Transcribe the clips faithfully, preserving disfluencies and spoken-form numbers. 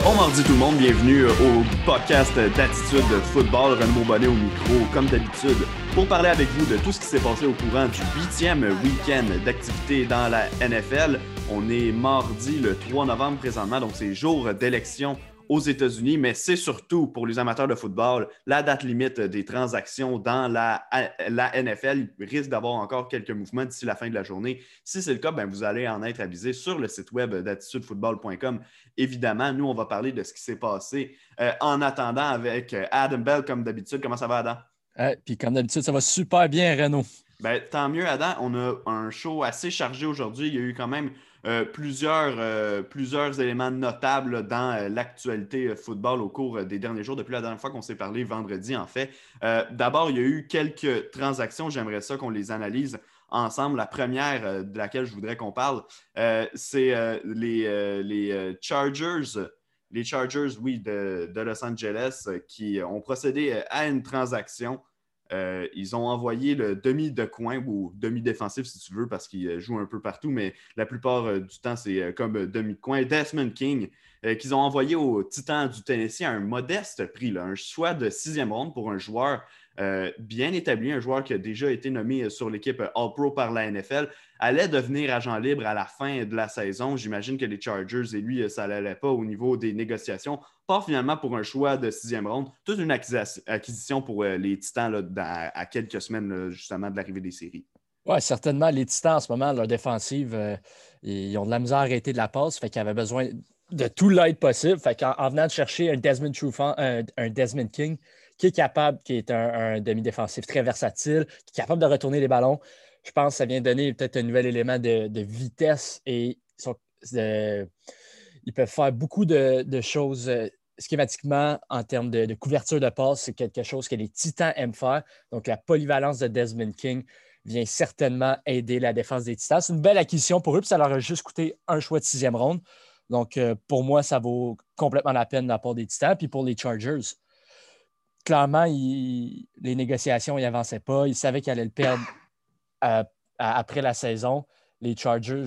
Bon mardi tout le monde, bienvenue au podcast d'Attitude Football. René Bourbonnet au micro, comme d'habitude, pour parler avec vous de tout ce qui s'est passé au courant du huitième week-end d'activité dans la N F L. On est mardi le trois novembre présentement, donc c'est jour d'élection aux États-Unis, mais c'est surtout pour les amateurs de football la date limite des transactions dans la, la N F L. Il risque d'avoir encore quelques mouvements d'ici la fin de la journée. Si c'est le cas, ben vous allez en être avisé sur le site web d'attitude football point com. Évidemment, nous, on va parler de ce qui s'est passé euh, en attendant avec Adam Bell, comme d'habitude. Comment ça va, Adam? Euh, Puis comme d'habitude, ça va super bien, Renaud. Ben, tant mieux, Adam. On a un show assez chargé aujourd'hui. Il y a eu quand même euh, plusieurs, euh, plusieurs éléments notables là, dans euh, l'actualité euh, football au cours euh, des derniers jours, depuis la dernière fois qu'on s'est parlé vendredi, en fait. Euh, d'abord, il y a eu quelques transactions. J'aimerais ça qu'on les analyse ensemble. La première euh, de laquelle je voudrais qu'on parle, euh, c'est euh, les, euh, les euh, Chargers. Les Chargers, oui, de, de Los Angeles, euh, qui ont procédé euh, à une transaction. Euh, ils ont envoyé le demi de coin ou demi-défensif si tu veux parce qu'il joue un peu partout, mais la plupart euh, du temps, c'est euh, comme demi de coin. Desmond King, euh, qu'ils ont envoyé aux Titans du Tennessee à un modeste prix, là, un choix de sixième ronde pour un joueur euh, bien établi, un joueur qui a déjà été nommé sur l'équipe All-Pro par la N F L, allait devenir agent libre à la fin de la saison. J'imagine que les Chargers et lui, ça n'allait pas au niveau des négociations. Part finalement pour un choix de sixième ronde. Toute une acquisition pour euh, les Titans là, dans, à quelques semaines là, justement de l'arrivée des séries. Oui, certainement. Les Titans, en ce moment, leur défensive, euh, ils ont de la misère à arrêter de la passe. Fait qu'ils avaient besoin de tout l'aide possible. Fait qu'en en venant de chercher un Desmond Trufant, un, un Desmond King, qui est capable, qui est un, un demi-défensif très versatile, qui est capable de retourner les ballons, je pense que ça vient donner peut-être un nouvel élément de, de vitesse et ils, sont, euh, ils peuvent faire beaucoup de, de choses. Euh, schématiquement, en termes de, de couverture de passe, c'est quelque chose que les Titans aiment faire. Donc, la polyvalence de Desmond King vient certainement aider la défense des Titans. C'est une belle acquisition pour eux, puis ça leur a juste coûté un choix de sixième ronde. Donc, euh, pour moi, ça vaut complètement la peine de la part des Titans. Puis pour les Chargers, clairement, ils, les négociations, ils n'avançaient pas. Ils savaient qu'ils allaient le perdre euh, après la saison. Les Chargers,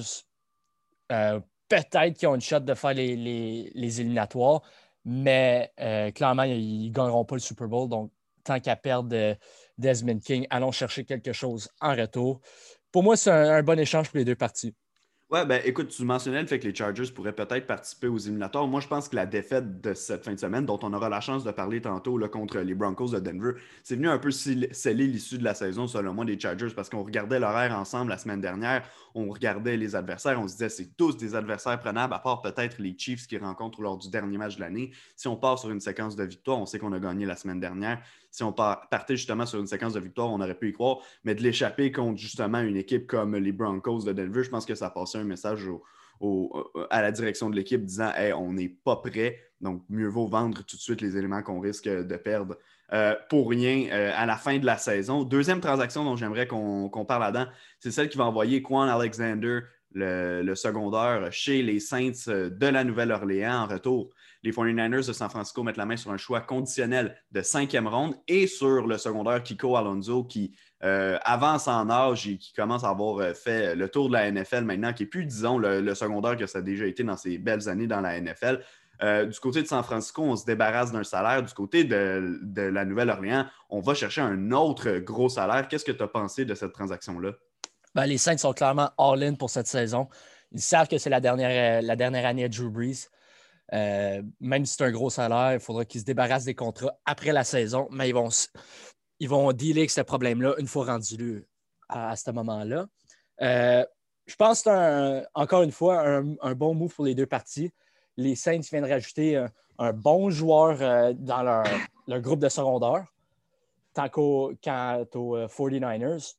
euh, peut-être qu'ils ont une shot de faire les, les, les éliminatoires, mais euh, clairement, ils ne gagneront pas le Super Bowl. Donc, tant qu'à perdre euh, Desmond King, allons chercher quelque chose en retour. Pour moi, c'est un, un bon échange pour les deux parties. Ouais, ben écoute, tu mentionnais le fait que les Chargers pourraient peut-être participer aux éliminatoires. Moi, je pense que la défaite de cette fin de semaine, dont on aura la chance de parler tantôt là, contre les Broncos de Denver, c'est venu un peu sceller l'issue de la saison, selon moi, des Chargers, parce qu'on regardait l'horaire ensemble la semaine dernière, on regardait les adversaires, on se disait c'est tous des adversaires prenables, à part peut-être les Chiefs qui rencontrent lors du dernier match de l'année. Si on part sur une séquence de victoires, on sait qu'on a gagné la semaine dernière. Si on partait justement sur une séquence de victoires, on aurait pu y croire, mais de l'échapper contre justement une équipe comme les Broncos de Denver, je pense que ça passait un message au, au, à la direction de l'équipe disant hey, on n'est pas prêt, donc mieux vaut vendre tout de suite les éléments qu'on risque de perdre euh, pour rien euh, à la fin de la saison. Deuxième transaction dont j'aimerais qu'on, qu'on parle là-dedans, c'est celle qui va envoyer Kwon Alexander, le, le secondaire, chez les Saints de la Nouvelle-Orléans en retour. Les forty-niners de San Francisco mettent la main sur un choix conditionnel de cinquième ronde et sur le secondaire Kiko Alonso qui euh, avance en âge et qui commence à avoir fait le tour de la N F L maintenant, qui est plus, disons, le, le secondaire que ça a déjà été dans ses belles années dans la N F L. Euh, du côté de San Francisco, on se débarrasse d'un salaire. Du côté de, de la Nouvelle-Orléans, on va chercher un autre gros salaire. Qu'est-ce que tu as pensé de cette transaction-là? Ben, les Saints sont clairement all-in pour cette saison. Ils savent que c'est la dernière, la dernière année de Drew Brees. Euh, même si c'est un gros salaire, il faudra qu'ils se débarrassent des contrats après la saison, mais ils vont, ils vont dealer avec ce problème-là une fois rendu à, à ce moment-là. Euh, je pense que c'est un, encore une fois un, un bon move pour les deux parties. Les Saints viennent rajouter un, un bon joueur euh, dans leur, leur groupe de secondaire. Tant qu'au, quant aux euh, forty-niners,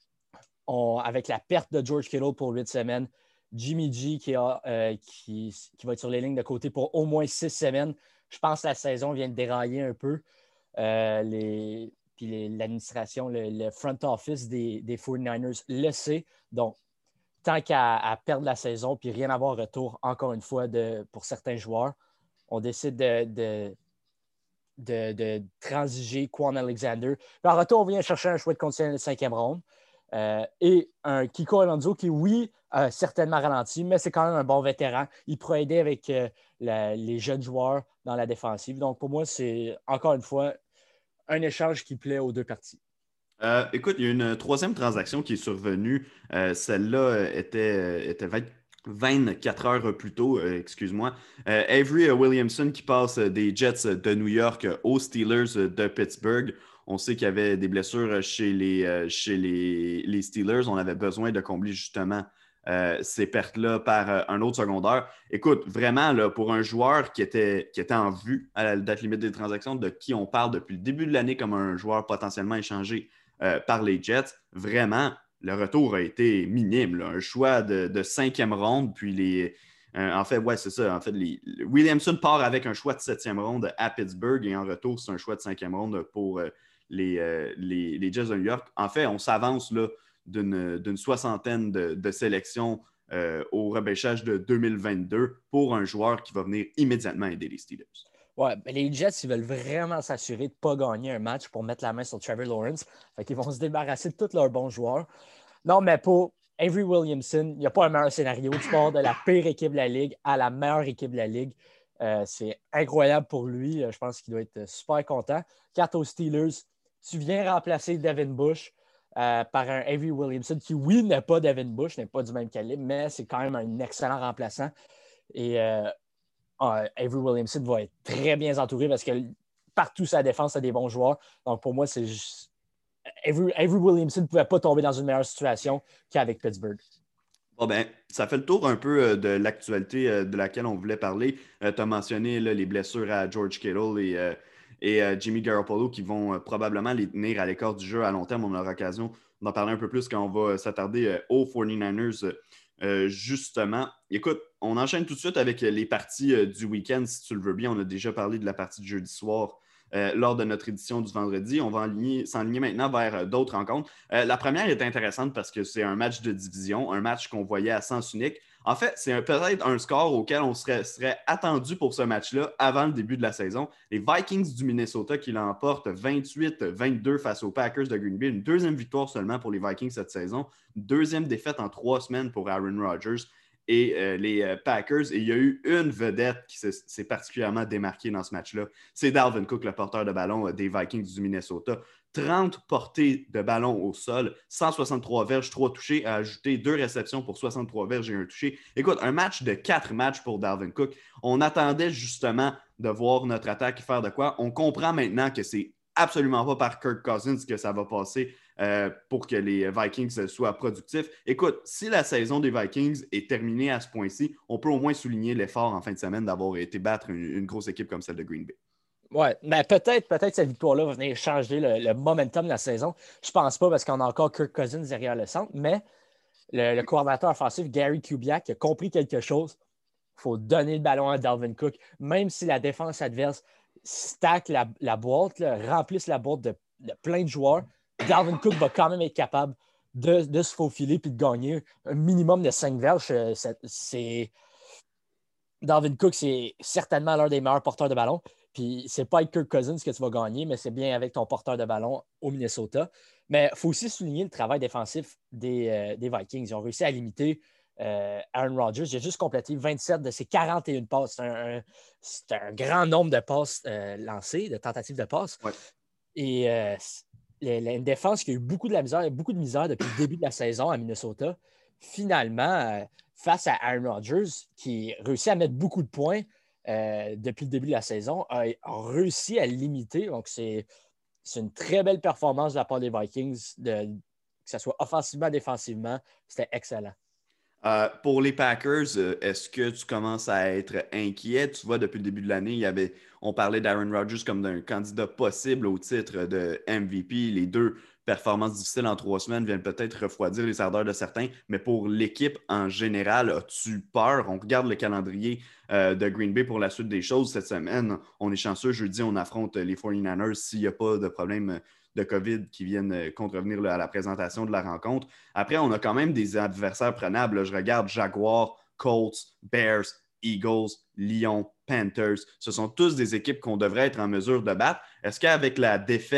on, avec la perte de George Kittle pour huit semaines, Jimmy G qui, a, euh, qui, qui va être sur les lignes de côté pour au moins six semaines. Je pense que la saison vient de dérailler un peu. Euh, les, puis les, l'administration, le, le front office des, des forty-niners le sait. Donc, tant qu'à à perdre la saison puis rien avoir retour, encore une fois, de, pour certains joueurs, on décide de, de, de, de transiger Kwon Alexander. Puis en retour, on vient chercher un choix de conditionnel de cinquième ronde. Euh, et un Kiko Alonso qui, oui, a certainement ralenti, mais c'est quand même un bon vétéran. Il pourrait aider avec euh, la, les jeunes joueurs dans la défensive. Donc, pour moi, c'est encore une fois un échange qui plaît aux deux parties. Euh, écoute, il y a une troisième transaction qui est survenue. Euh, celle-là euh, était, euh, était vingt vingt-quatre heures plus tôt, euh, excuse-moi. Euh, Avery Williamson qui passe des Jets de New York aux Steelers de Pittsburgh. On sait qu'il y avait des blessures chez les, euh, chez les, les Steelers. On avait besoin de combler justement euh, ces pertes-là par euh, un autre secondaire. Écoute, vraiment, là, pour un joueur qui était, qui était en vue à la date limite des transactions, de qui on parle depuis le début de l'année comme un joueur potentiellement échangé euh, par les Jets, vraiment, le retour a été minime. Là. Un choix de, de cinquième ronde, puis les. Euh, en fait, ouais, c'est ça. En fait, les, Williamson part avec un choix de septième ronde à Pittsburgh et en retour, c'est un choix de cinquième ronde pour euh, les, euh, les, les Jets de New York. En fait, on s'avance là d'une, d'une soixantaine de, de sélections euh, au repêchage de deux mille vingt-deux pour un joueur qui va venir immédiatement aider les Steelers. Ouais, ben les Jets, ils veulent vraiment s'assurer de ne pas gagner un match pour mettre la main sur Trevor Lawrence. Fait qu'ils vont se débarrasser de tous leurs bons joueurs. Non, mais pour Avery Williamson, il n'y a pas un meilleur scénario. Tu pars de la pire équipe de la Ligue à la meilleure équipe de la Ligue. Euh, c'est incroyable pour lui. Je pense qu'il doit être super content. Quant aux Steelers, tu viens remplacer Devin Bush euh, par un Avery Williamson qui, oui, n'est pas Devin Bush, n'est pas du même calibre, mais c'est quand même un excellent remplaçant. Et euh, Uh, Avery Williamson va être très bien entouré parce que partout sa défense a des bons joueurs. Donc, pour moi, c'est juste... Avery, Avery Williamson ne pouvait pas tomber dans une meilleure situation qu'avec Pittsburgh. Bon ben, ça fait le tour un peu euh, de l'actualité euh, de laquelle on voulait parler. Euh, tu as mentionné là, les blessures à George Kittle et, euh, et euh, Jimmy Garoppolo qui vont euh, probablement les tenir à l'écart du jeu à long terme. On aura l'occasion d'en parler un peu plus quand on va s'attarder euh, aux forty-niners euh, justement. Écoute, on enchaîne tout de suite avec les parties euh, du week-end, si tu le veux bien. On a déjà parlé de la partie du jeudi soir euh, lors de notre édition du vendredi. On va enligner, s'enligner maintenant vers euh, d'autres rencontres. Euh, la première est intéressante parce que c'est un match de division, un match qu'on voyait à sens unique. En fait, c'est un, peut-être un score auquel on serait, serait attendu pour ce match-là avant le début de la saison. Les Vikings du Minnesota qui l'emportent vingt-huit vingt-deux face aux Packers de Green Bay. Une deuxième victoire seulement pour les Vikings cette saison. Une deuxième défaite en trois semaines pour Aaron Rodgers et euh, les euh, Packers. Et il y a eu une vedette qui s'est, s'est particulièrement démarquée dans ce match-là. C'est Dalvin Cook, le porteur de ballon euh, des Vikings du Minnesota. trente portées de ballon au sol, cent soixante-trois verges, trois touchés, à ajouter deux réceptions pour soixante-trois verges et un touché. Écoute, un match de quatre matchs pour Dalvin Cook. On attendait justement de voir notre attaque faire de quoi. On comprend maintenant que c'est absolument pas par Kirk Cousins que ça va passer euh, pour que les Vikings soient productifs. Écoute, si la saison des Vikings est terminée à ce point-ci, on peut au moins souligner l'effort en fin de semaine d'avoir été battre une, une grosse équipe comme celle de Green Bay. Oui, mais peut-être, peut-être cette victoire-là va venir changer le, le momentum de la saison. Je ne pense pas parce qu'on a encore Kirk Cousins derrière le centre, mais le, le coordinateur offensif, Gary Kubiak, a compris quelque chose. Il faut donner le ballon à Dalvin Cook, même si la défense adverse stack la, la boîte, là, remplisse la boîte de, de plein de joueurs. Dalvin Cook va quand même être capable de, de se faufiler et de gagner un minimum de cinq verges. C'est, c'est... Dalvin Cook, c'est certainement l'un des meilleurs porteurs de ballon. Puis c'est pas avec Kirk Cousins que tu vas gagner, mais c'est bien avec ton porteur de ballon au Minnesota. Mais il faut aussi souligner le travail défensif des, euh, des Vikings. Ils ont réussi à limiter euh, Aaron Rodgers. Il a juste complété vingt-sept de ses quarante et une passes. C'est un, un, c'est un grand nombre de passes euh, lancées, de tentatives de passes. Ouais. Et euh, une défense qui a eu beaucoup de la misère, beaucoup de misère depuis le début de la saison à Minnesota. Finalement, euh, face à Aaron Rodgers, qui réussit à mettre beaucoup de points, Euh, depuis le début de la saison, a, a réussi à le limiter. Donc, c'est, c'est une très belle performance de la part des Vikings, de, que ce soit offensivement, défensivement. C'était excellent. Euh, pour les Packers, euh, est-ce que tu commences à être inquiet? Tu vois, depuis le début de l'année, il y avait, on parlait d'Aaron Rodgers comme d'un candidat possible au titre de M V P. Les deux performances difficiles en trois semaines viennent peut-être refroidir les ardeurs de certains, mais pour l'équipe en général, as-tu peur? On regarde le calendrier euh, de Green Bay pour la suite des choses cette semaine. On est chanceux, jeudi, on affronte les forty-niners s'il n'y a pas de problème de COVID qui viennent contrevenir là, à la présentation de la rencontre. Après, on a quand même des adversaires prenables. Là, je regarde Jaguars, Colts, Bears, Eagles, Lions, Panthers. Ce sont tous des équipes qu'on devrait être en mesure de battre. Est-ce qu'avec la défaite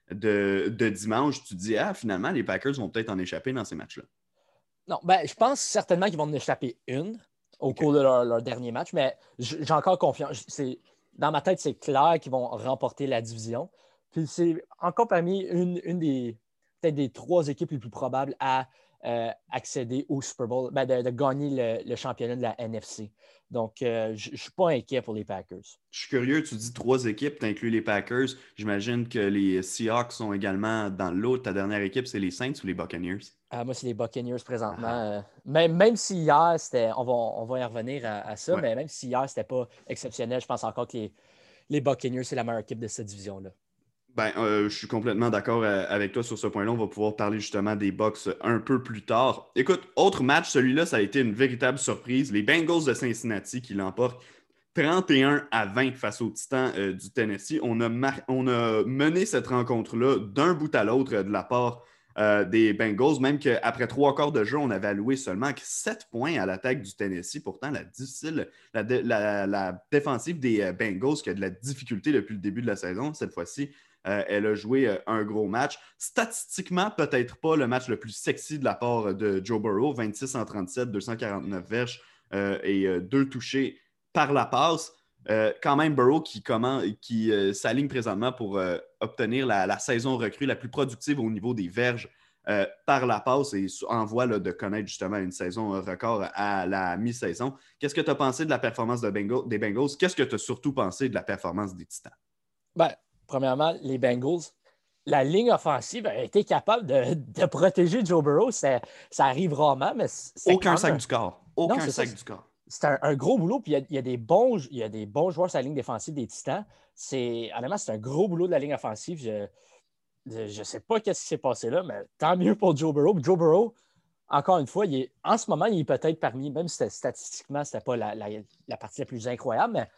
de, de dimanche, tu te dis, ah, finalement, les Packers vont peut-être en échapper dans ces matchs-là? Non, ben, je pense certainement qu'ils vont en échapper une au OK. cours de leur, leur dernier match, mais j'ai encore confiance. C'est, dans ma tête, c'est clair qu'ils vont remporter la division. Puis c'est encore parmi une, une des peut-être des trois équipes les plus probables à euh, accéder au Super Bowl, ben, de, de gagner le, le championnat de la N F C. Donc, euh, je ne suis pas inquiet pour les Packers. Je suis curieux, tu dis trois équipes, tu inclus les Packers. J'imagine que les Seahawks sont également dans l'autre. Ta dernière équipe, c'est les Saints ou les Buccaneers? Euh, moi, c'est les Buccaneers présentement. Ah, Euh, même, même si hier, c'était. On va, on va y revenir à, à ça, ouais. mais même si hier, c'était pas exceptionnel, je pense encore que les, les Buccaneers, c'est la meilleure équipe de cette division-là. Ben, euh, je suis complètement d'accord euh, avec toi sur ce point-là. On va pouvoir parler justement des Bucks un peu plus tard. Écoute, autre match, celui-là, ça a été une véritable surprise. Les Bengals de Cincinnati qui l'emportent trente et un à vingt face aux Titans euh, du Tennessee. On a, mar- on a mené cette rencontre-là d'un bout à l'autre euh, de la part euh, des Bengals, même qu'après trois quarts de jeu, on avait alloué seulement sept points à l'attaque du Tennessee. Pourtant, la, difficile, la, dé- la- la défensive des euh, Bengals qui a de la difficulté depuis le début de la saison, cette fois-ci, euh, elle a joué euh, un gros match. Statistiquement, peut-être pas le match le plus sexy de la part de Joe Burrow, vingt-six en trente-sept, deux cent quarante-neuf verges euh, et euh, deux touchés par la passe. Euh, quand même, Burrow qui, comment, qui euh, s'aligne présentement pour euh, obtenir la, la, saison recrue la plus productive au niveau des verges euh, par la passe et en voie là, de connaître justement une saison record à la mi-saison. Qu'est-ce que tu as pensé de la performance de Bengal, des Bengals? Qu'est-ce que tu as surtout pensé de la performance des Titans? Ben, premièrement, les Bengals, la ligne offensive a été capable de, de protéger Joe Burrow. Ça, ça arrive rarement, mais c'est Aucun quand même. sac Un... du corps. Non, Aucun c'est ça. sac du corps. C'est un, un gros boulot, puis il y, a, il, y a des bons, il y a des bons joueurs sur la ligne défensive des Titans. C'est, honnêtement, c'est un gros boulot de la ligne offensive. Je ne sais pas ce qui s'est passé là, mais tant mieux pour Joe Burrow. Joe Burrow, encore une fois, il est, en ce moment, il est peut-être parmi, même si statistiquement, ce n'était pas la, la, la partie la plus incroyable, mais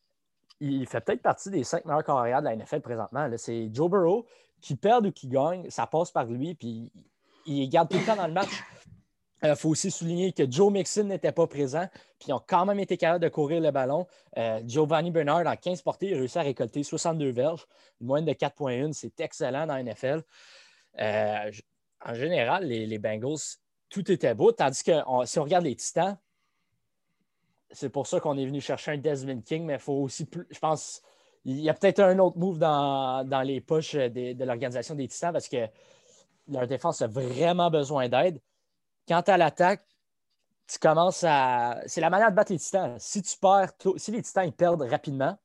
il fait peut-être partie des cinq meilleurs carrières de la N F L présentement. Là. C'est Joe Burrow qui perd ou qui gagne, ça passe par lui, puis il garde tout le temps dans le match. Il euh, faut aussi souligner que Joe Mixon n'était pas présent, puis ils ont quand même été capables de courir le ballon. Euh, Giovanni Bernard, en quinze portées, il a réussi à récolter soixante-deux verges, une moyenne de quatre virgule un. C'est excellent dans la N F L. Euh, en général, les, les Bengals, tout était beau, tandis que on, si on regarde les Titans, c'est pour ça qu'on est venu chercher un Desmond King, mais il faut aussi plus, je pense, il y a peut-être un autre move dans, dans les poches de, de l'organisation des Titans parce que leur défense a vraiment besoin d'aide. Quant à l'attaque, tu commences à. C'est la manière de battre les Titans. Si tu perds, si les Titans ils perdent rapidement,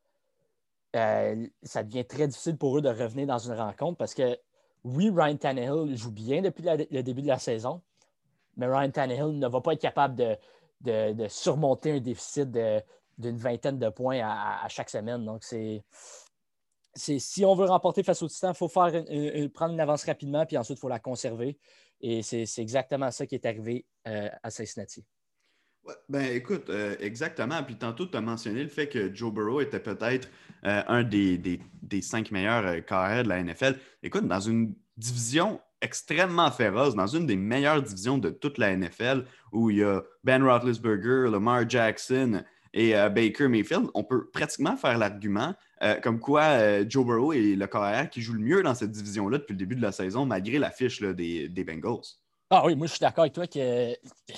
euh, ça devient très difficile pour eux de revenir dans une rencontre parce que oui, Ryan Tannehill joue bien depuis la, le début de la saison, mais Ryan Tannehill ne va pas être capable de, de, de surmonter un déficit de, d'une vingtaine de points à, à chaque semaine. Donc, c'est, c'est si on veut remporter face aux Titans, il faut faire une, une, prendre une avance rapidement, puis ensuite, il faut la conserver. Et c'est, c'est exactement ça qui est arrivé euh, à Cincinnati. Ouais, ben écoute, euh, exactement. Puis tantôt, tu as mentionné le fait que Joe Burrow était peut-être euh, un des, des, des cinq meilleurs euh, carrières de la N F L. Écoute, dans une division extrêmement féroce, dans une des meilleures divisions de toute la N F L, où il y a Ben Roethlisberger, Lamar Jackson et euh, Baker Mayfield, on peut pratiquement faire l'argument euh, comme quoi euh, Joe Burrow est le carrière qui joue le mieux dans cette division-là depuis le début de la saison, malgré l'affiche là, des, des Bengals. Ah oui, moi je suis d'accord avec toi que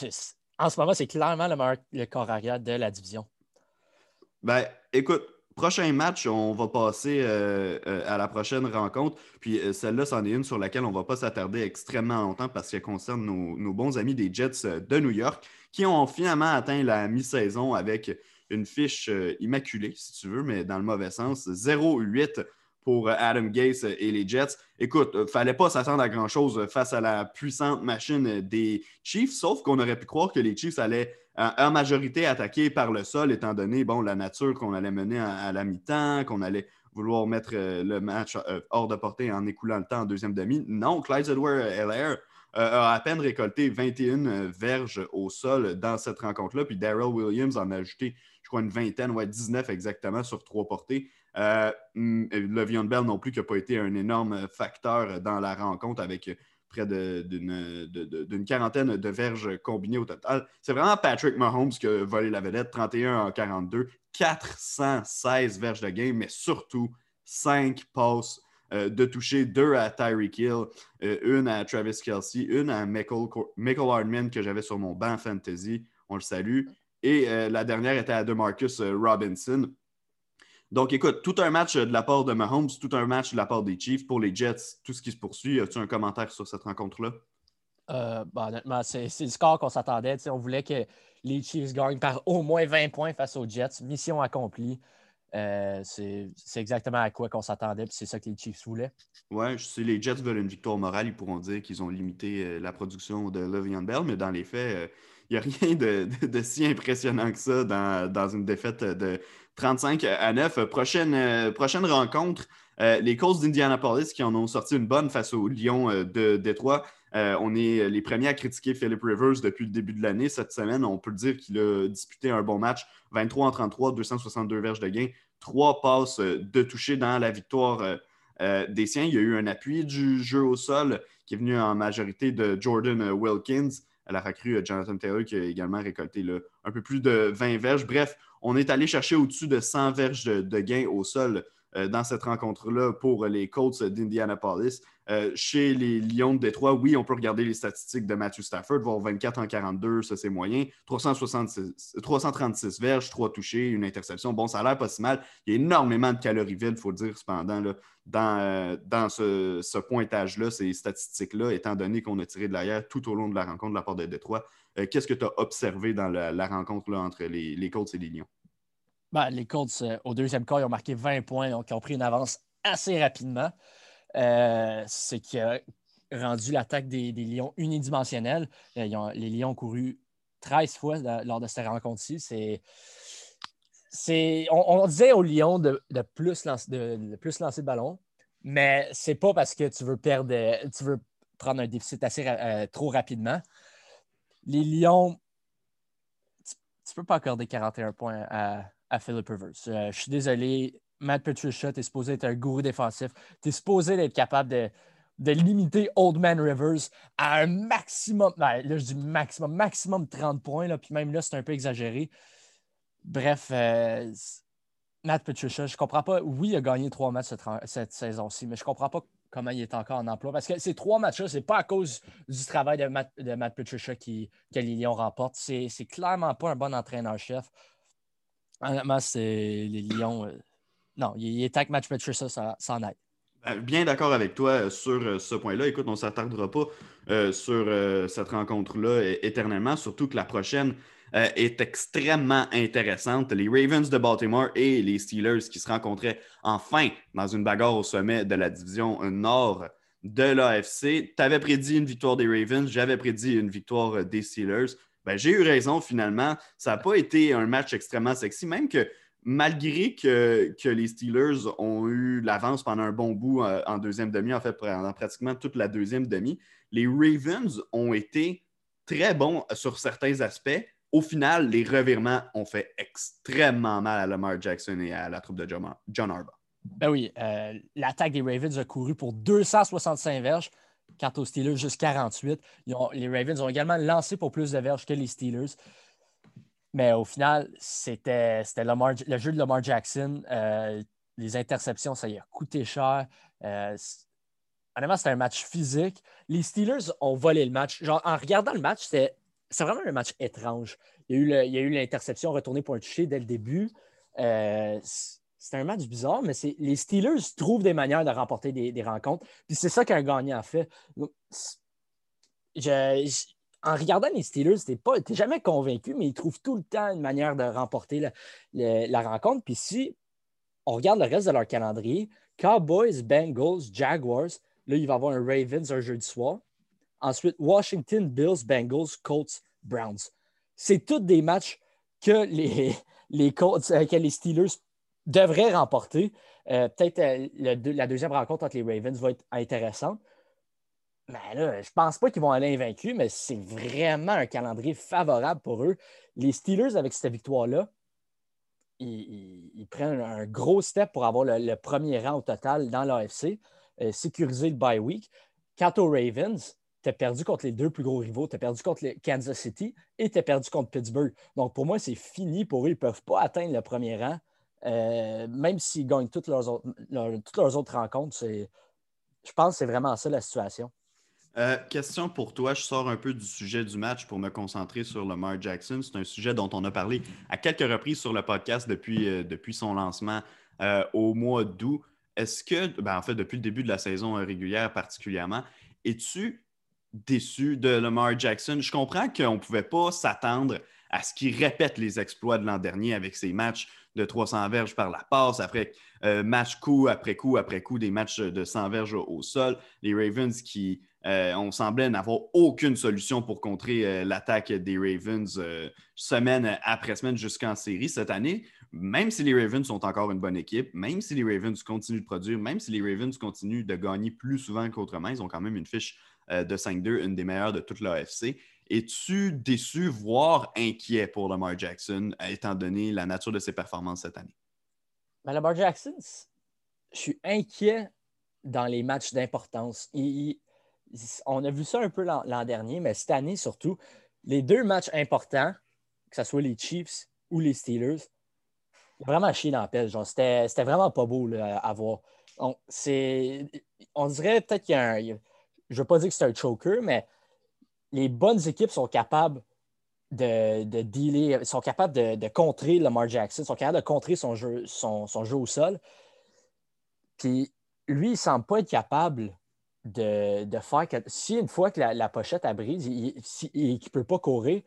en ce moment, c'est clairement le meilleur le corps arrière de la division. Ben, écoute, prochain match, on va passer euh, euh, à la prochaine rencontre. Puis euh, celle-là, c'en est une sur laquelle on ne va pas s'attarder extrêmement longtemps parce qu'elle concerne nos, nos bons amis des Jets euh, de New York qui ont finalement atteint la mi-saison avec une fiche euh, immaculée, si tu veux, mais dans le mauvais sens. zéro huit pour euh, Adam Gase et les Jets. Écoute, il ne fallait pas s'attendre à grand-chose face à la puissante machine des Chiefs, sauf qu'on aurait pu croire que les Chiefs allaient en majorité attaqué par le sol, étant donné bon, la nature qu'on allait mener à, à la mi-temps, qu'on allait vouloir mettre euh, le match euh, hors de portée en écoulant le temps en deuxième demi. Non, Clyde Edwards-Helaire euh, a à peine récolté vingt et une verges au sol dans cette rencontre-là, puis Darrell Williams en a ajouté, je crois, une vingtaine, ouais, dix-neuf exactement sur trois portées. Euh, Le'Veon Bell non plus qui n'a pas été un énorme facteur dans la rencontre avec près d'une, de, de, d'une quarantaine de verges combinées au total. C'est vraiment Patrick Mahomes qui a volé la vedette, trente et un en quarante-deux, quatre cent seize verges de game, mais surtout cinq passes euh, de toucher, deux à Tyreek Hill, euh, une à Travis Kelce, une à Michael, Michael Hardman que j'avais sur mon banc fantasy. On le salue. Et euh, la dernière était à DeMarcus euh, Robinson. Donc, écoute, tout un match de la part de Mahomes, tout un match de la part des Chiefs. Pour les Jets, tout ce qui se poursuit. As-tu un commentaire sur cette rencontre-là? Euh, ben, honnêtement, c'est, c'est le score qu'on s'attendait. T'sais, on voulait que les Chiefs gagnent par au moins vingt points face aux Jets. Mission accomplie. Euh, c'est, c'est exactement à quoi qu'on s'attendait, puis c'est ça que les Chiefs voulaient. Ouais, si les Jets veulent une victoire morale, ils pourront dire qu'ils ont limité euh, la production de Le'Veon Bell, mais dans les faits, il euh, n'y a rien de, de, de si impressionnant que ça dans, dans une défaite de trente-cinq à neuf. Prochaine, euh, prochaine rencontre, euh, les Colts d'Indianapolis qui en ont sorti une bonne face aux Lions euh, de Détroit. Euh, on est les premiers à critiquer Philip Rivers depuis le début de l'année. Cette semaine, on peut dire qu'il a disputé un bon match. vingt-trois en trente-trois, deux cent soixante-deux verges de gain, trois passes de toucher dans la victoire euh, euh, des siens. Il y a eu un appui du jeu au sol qui est venu en majorité de Jordan Wilkins, à la recrue Jonathan Taylor qui a également récolté là, un peu plus de vingt verges. Bref, on est allé chercher au-dessus de cent verges de, de gain au sol euh, dans cette rencontre-là pour les Colts d'Indianapolis. Euh, chez les Lions de Détroit, oui, on peut regarder les statistiques de Matthew Stafford, voir vingt-quatre en quarante-deux, ça c'est moyen. trois cent soixante-six, trois cent trente-six verges, trois touchés, une interception. Bon, ça a l'air pas si mal. Il y a énormément de calories vides, il faut le dire cependant, là, dans, euh, dans ce, ce pointage-là, ces statistiques-là, étant donné qu'on a tiré de l'arrière tout au long de la rencontre de la part de Détroit. Euh, qu'est-ce que tu as observé dans la, la rencontre là, entre les, les Colts et les Lions? Ben, les Colts, euh, au deuxième quart, ils ont marqué vingt points, donc ils ont pris une avance assez rapidement. Euh, ce qui a rendu l'attaque des, des Lions unidimensionnelle. Euh, ils ont, les Lions ont couru treize fois de, lors de cette rencontre-ci. C'est, c'est, on, on disait aux Lions de, de, plus lancer, de, de plus lancer le ballon, mais c'est pas parce que tu veux perdre, tu veux prendre un déficit assez euh, trop rapidement. Les Lions, tu, tu peux pas accorder quarante et un points à, à Philip Rivers. Euh, je suis désolé. Matt Patricia, tu es supposé être un gourou défensif. Tu es supposé être capable de, de limiter Old Man Rivers à un maximum. Ben, là, je dis maximum, maximum trente points. Là, puis même là, c'est un peu exagéré. Bref, euh, Matt Patricia, je comprends pas. Oui, il a gagné trois matchs cette, cette saison-ci, mais je comprends pas comment il est encore en emploi. Parce que ces trois matchs-là, c'est pas à cause du travail de Matt, de Matt Patricia qui, que les Lions remportent. C'est, c'est clairement pas un bon entraîneur-chef. Honnêtement, c'est les Lions. Euh, non, il, il est temps que Matt Patricia s'en aille. Bien d'accord avec toi sur ce point-là. Écoute, on ne s'attardera pas euh, sur euh, cette rencontre-là éternellement, surtout que la prochaine euh, est extrêmement intéressante. Les Ravens de Baltimore et les Steelers qui se rencontraient enfin dans une bagarre au sommet de la division nord de l'A F C. Tu avais prédit une victoire des Ravens, j'avais prédit une victoire des Steelers. Ben, j'ai eu raison finalement. Ça n'a pas été un match extrêmement sexy, même que malgré que, que les Steelers ont eu l'avance pendant un bon bout euh, en deuxième demi, en fait, pendant pratiquement toute la deuxième demi, les Ravens ont été très bons sur certains aspects. Au final, les revirements ont fait extrêmement mal à Lamar Jackson et à la troupe de John, John Harbaugh. Ben oui, euh, l'attaque des Ravens a couru pour deux cent soixante-cinq verges, quant aux Steelers, juste quarante-huit. Ils ont, les Ravens ont également lancé pour plus de verges que les Steelers. Mais au final, c'était, c'était Lamar, le jeu de Lamar Jackson. Euh, les interceptions, ça y a coûté cher. Euh, honnêtement, c'était un match physique. Les Steelers ont volé le match. Genre, en regardant le match, c'était, c'est vraiment un match étrange. Il y a eu, le, il y a eu l'interception retournée pour un toucher dès le début. Euh, c'est un match bizarre, mais c'est, les Steelers trouvent des manières de remporter des, des rencontres. Puis c'est ça qu'un gagnant fait. Je, je, en regardant les Steelers, tu n'es jamais convaincu, mais ils trouvent tout le temps une manière de remporter la, la, la rencontre. Puis si on regarde le reste de leur calendrier, Cowboys, Bengals, Jaguars, là, il va y avoir un Ravens un jeudi soir. Ensuite, Washington, Bills, Bengals, Colts, Browns. C'est tous des matchs que les, les, Colts, que les Steelers devraient remporter. Euh, peut-être euh, le, la deuxième rencontre entre les Ravens va être intéressante. Mais là, je pense pas qu'ils vont aller invaincus, mais c'est vraiment un calendrier favorable pour eux. Les Steelers, avec cette victoire-là, ils, ils, ils prennent un gros step pour avoir le, le premier rang au total dans l'A F C, euh, sécuriser le bye week. Quant aux Ravens, tu as perdu contre les deux plus gros rivaux. Tu as perdu contre les Kansas City et tu as perdu contre Pittsburgh. Donc, pour moi, c'est fini pour eux. Ils ne peuvent pas atteindre le premier rang. Euh, même s'ils gagnent toutes leurs autres, leurs, toutes leurs autres rencontres, c'est, je pense que c'est vraiment ça la situation. Euh, question pour toi, je sors un peu du sujet du match pour me concentrer sur Lamar Jackson. C'est un sujet dont on a parlé à quelques reprises sur le podcast depuis, euh, depuis son lancement euh, au mois d'août. Est-ce que, ben, en fait, depuis le début de la saison régulière particulièrement, es-tu déçu de Lamar Jackson? Je comprends qu'on ne pouvait pas s'attendre à ce qu'il répète les exploits de l'an dernier avec ses matchs de trois cents verges par la passe, après euh, match coup après coup après coup, des matchs de cent verges au, au sol. Les Ravens qui, euh, on semblait n'avoir aucune solution pour contrer euh, l'attaque des Ravens euh, semaine après semaine jusqu'en série cette année. Même si les Ravens sont encore une bonne équipe, même si les Ravens continuent de produire, même si les Ravens continuent de gagner plus souvent qu'autrement, ils ont quand même une fiche euh, de cinq deux, une des meilleures de toute l'A F C. Es-tu déçu, voire inquiet pour Lamar Jackson, étant donné la nature de ses performances cette année? Mais Lamar Jackson, je suis inquiet dans les matchs d'importance. Il, il, on a vu ça un peu l'an, l'an dernier, mais cette année surtout, les deux matchs importants, que ce soit les Chiefs ou les Steelers, il a vraiment chié dans la pelle. Genre, c'était, c'était vraiment pas beau là, à voir. On, c'est, on dirait peut-être qu'il y a un. Je ne veux pas dire que c'est un choker, mais les bonnes équipes sont capables de, de dealer, sont capables de, de contrer Lamar Jackson, sont capables de contrer son jeu, son, son jeu au sol. Puis lui, il ne semble pas être capable de, de faire que. Si une fois que la, la pochette a brise et si, qu'il ne peut pas courir,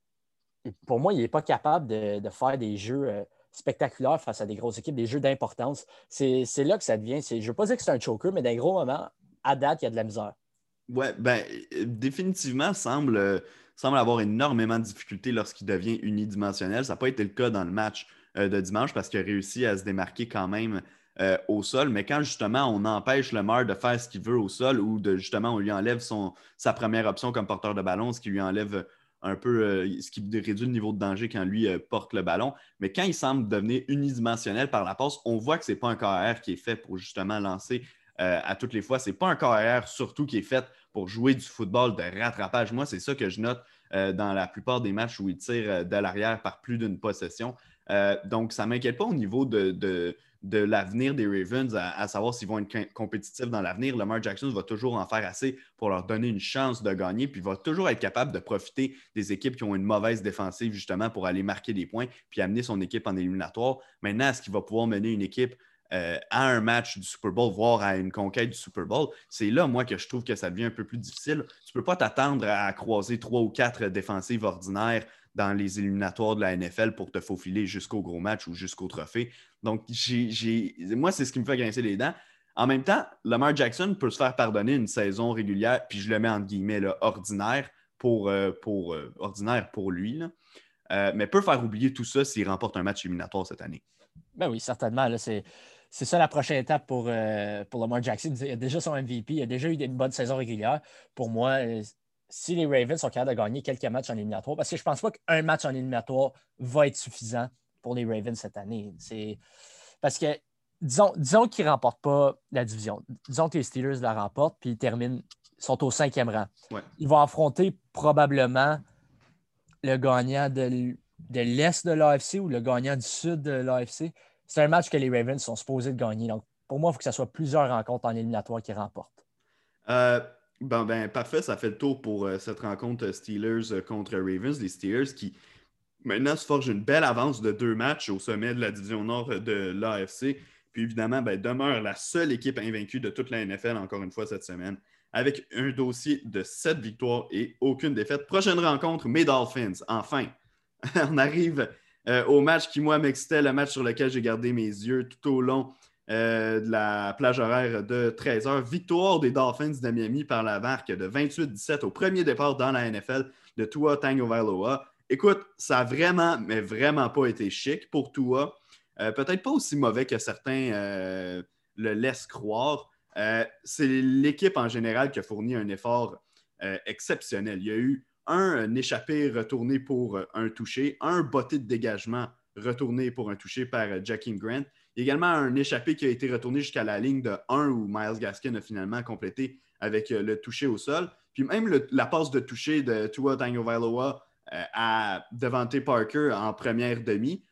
pour moi, il n'est pas capable de, de faire des jeux euh, spectaculaires face à des grosses équipes, des jeux d'importance. C'est, c'est là que ça devient. C'est, je ne veux pas dire que c'est un choker, mais d'un gros moment, à date, il y a de la misère. Ouais, ben, euh, définitivement, semble, euh, semble avoir énormément de difficultés lorsqu'il devient unidimensionnel. Ça n'a pas été le cas dans le match euh, de dimanche parce qu'il a réussi à se démarquer quand même euh, au sol. Mais quand justement on empêche le Lamar de faire ce qu'il veut au sol ou de justement on lui enlève son, sa première option comme porteur de ballon, ce qui lui enlève un peu, euh, ce qui réduit le niveau de danger quand lui euh, porte le ballon. Mais quand il semble devenir unidimensionnel par la passe, on voit que ce n'est pas un K R qui est fait pour justement lancer euh, à toutes les fois. Ce n'est pas un K R surtout qui est fait pour jouer du football de rattrapage. Moi, c'est ça que je note euh, dans la plupart des matchs où il tire euh, de l'arrière par plus d'une possession. Euh, donc, ça ne m'inquiète pas au niveau de, de, de l'avenir des Ravens, à, à savoir s'ils vont être compétitifs dans l'avenir. Lamar Jackson va toujours en faire assez pour leur donner une chance de gagner, puis va toujours être capable de profiter des équipes qui ont une mauvaise défensive, justement, pour aller marquer des points, puis amener son équipe en éliminatoire. Maintenant, est-ce qu'il va pouvoir mener une équipe Euh, à un match du Super Bowl, voire à une conquête du Super Bowl, c'est là, moi, que je trouve que ça devient un peu plus difficile. Tu ne peux pas t'attendre à croiser trois ou quatre défensives ordinaires dans les éliminatoires de la N F L pour te faufiler jusqu'au gros match ou jusqu'au trophée. Donc, j'ai, j'ai... moi, c'est ce qui me fait grincer les dents. En même temps, Lamar Jackson peut se faire pardonner une saison régulière, puis je le mets entre guillemets là, ordinaire pour, euh, pour, euh, ordinaire pour lui, là. Euh, mais peut faire oublier tout ça s'il remporte un match éliminatoire cette année. Ben oui, certainement. Là, c'est, c'est ça la prochaine étape pour, euh, pour Lamar Jackson. Il a déjà son M V P, il a déjà eu une bonne saison régulière. Pour moi, euh, si les Ravens sont capables de gagner quelques matchs en éliminatoire, parce que je ne pense pas qu'un match en éliminatoire va être suffisant pour les Ravens cette année. C'est parce que, disons, disons qu'ils ne remportent pas la division. Disons que les Steelers la remportent, puis ils terminent, ils sont au cinquième rang. Ouais. Ils vont affronter probablement le gagnant de, de l'Est de l'A F C ou le gagnant du Sud de l'A F C. C'est un match que les Ravens sont supposés de gagner. Donc, pour moi, il faut que ce soit plusieurs rencontres en éliminatoire qui remportent. Euh, ben, ben, parfait, ça fait le tour pour euh, cette rencontre Steelers euh, contre Ravens. Les Steelers qui maintenant se forgent une belle avance de deux matchs au sommet de la division nord de l'A F C. Puis évidemment, ben, demeure la seule équipe invaincue de toute la N F L encore une fois cette semaine, avec un dossier de sept victoires et aucune défaite. Prochaine rencontre, mes Dolphins. Enfin, on arrive euh, au match qui, moi, m'excitait, le match sur lequel j'ai gardé mes yeux tout au long euh, de la plage horaire de treize heures. Victoire des Dolphins de Miami par la marque de vingt-huit dix-sept au premier départ dans la N F L de Tua Tagovailoa. Écoute, ça a vraiment, mais vraiment pas été chic pour Tua. Euh, peut-être pas aussi mauvais que certains euh, le laissent croire. Euh, c'est l'équipe en général qui a fourni un effort euh, exceptionnel. Il y a eu un, un échappé retourné pour un touché, un botté de dégagement retourné pour un touché par Jakeem Grant. Il y a également un échappé qui a été retourné jusqu'à la ligne de un où Myles Gaskin a finalement complété avec le touché au sol. Puis même le, la passe de touché de Tua Tagovailoa euh, à Devante Parker en première demi,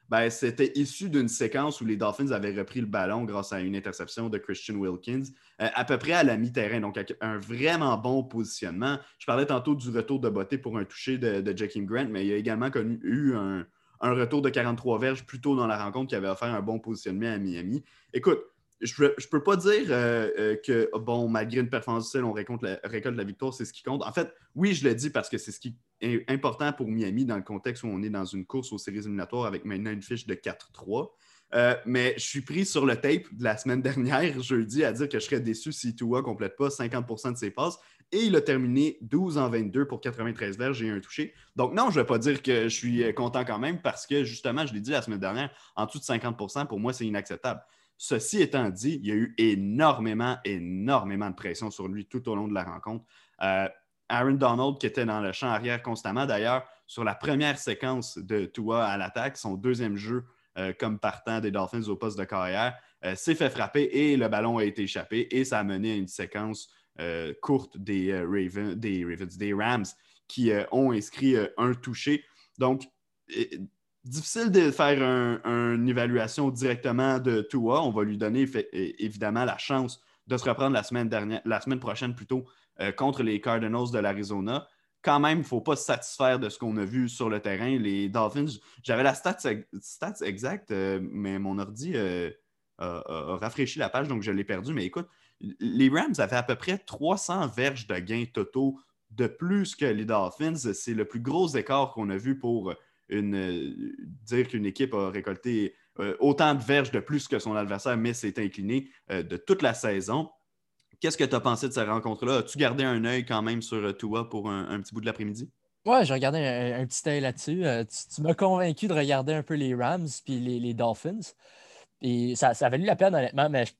ben, c'était issu d'une séquence où les Dolphins avaient repris le ballon grâce à une interception de Christian Wilkins, euh, à peu près à la mi-terrain, donc avec un vraiment bon positionnement. Je parlais tantôt du retour de beauté pour un toucher de, de Jakeem Grant, mais il a également connu, eu un, un retour de quarante-trois verges plus tôt dans la rencontre qui avait offert un bon positionnement à Miami. Écoute, je ne peux pas dire euh, euh, que, bon, malgré une performance difficile, on récolte la, récolte la victoire, c'est ce qui compte. En fait, oui, je le dis parce que c'est ce qui est important pour Miami dans le contexte où on est dans une course aux séries éliminatoires avec maintenant une fiche de quatre trois. Euh, mais je suis pris sur le tape de la semaine dernière, jeudi, à dire que je serais déçu si Tua ne complète pas cinquante pour cent de ses passes. Et il a terminé douze en vingt-deux pour quatre-vingt-treize verges et un touché. Donc non, je ne vais pas dire que je suis content quand même parce que justement, je l'ai dit la semaine dernière, en dessous de cinquante pour cent, pour moi, c'est inacceptable. Ceci étant dit, il y a eu énormément, énormément de pression sur lui tout au long de la rencontre. Euh, Aaron Donald, qui était dans le champ arrière constamment, d'ailleurs, sur la première séquence de Tua à l'attaque, son deuxième jeu euh, comme partant des Dolphins au poste de carrière, euh, s'est fait frapper et le ballon a été échappé et ça a mené à une séquence euh, courte des, euh, Ravens, des, Ravens, des Rams qui euh, ont inscrit euh, un touché. Donc, euh, difficile de faire un, une évaluation directement de Tua. On va lui donner fait, évidemment la chance de se reprendre la semaine, dernière, la semaine prochaine plutôt euh, contre les Cardinals de l'Arizona. Quand même, il ne faut pas se satisfaire de ce qu'on a vu sur le terrain. Les Dolphins, j'avais la stats, stats exacte, euh, mais mon ordi euh, a, a rafraîchi la page, donc je l'ai perdu. Mais écoute, les Rams avaient à peu près trois cents verges de gains totaux de plus que les Dolphins. C'est le plus gros écart qu'on a vu pour une, euh, dire qu'une équipe a récolté euh, autant de verges de plus que son adversaire, mais s'est incliné euh, de toute la saison. Qu'est-ce que tu as pensé de cette rencontre-là? As-tu gardé un œil quand même sur uh, Tua pour un, un petit bout de l'après-midi? Ouais, j'ai regardé un, un petit œil là-dessus. Euh, tu tu m'as convaincu de regarder un peu les Rams puis les, les Dolphins. Et ça, ça a valu la peine, honnêtement, mais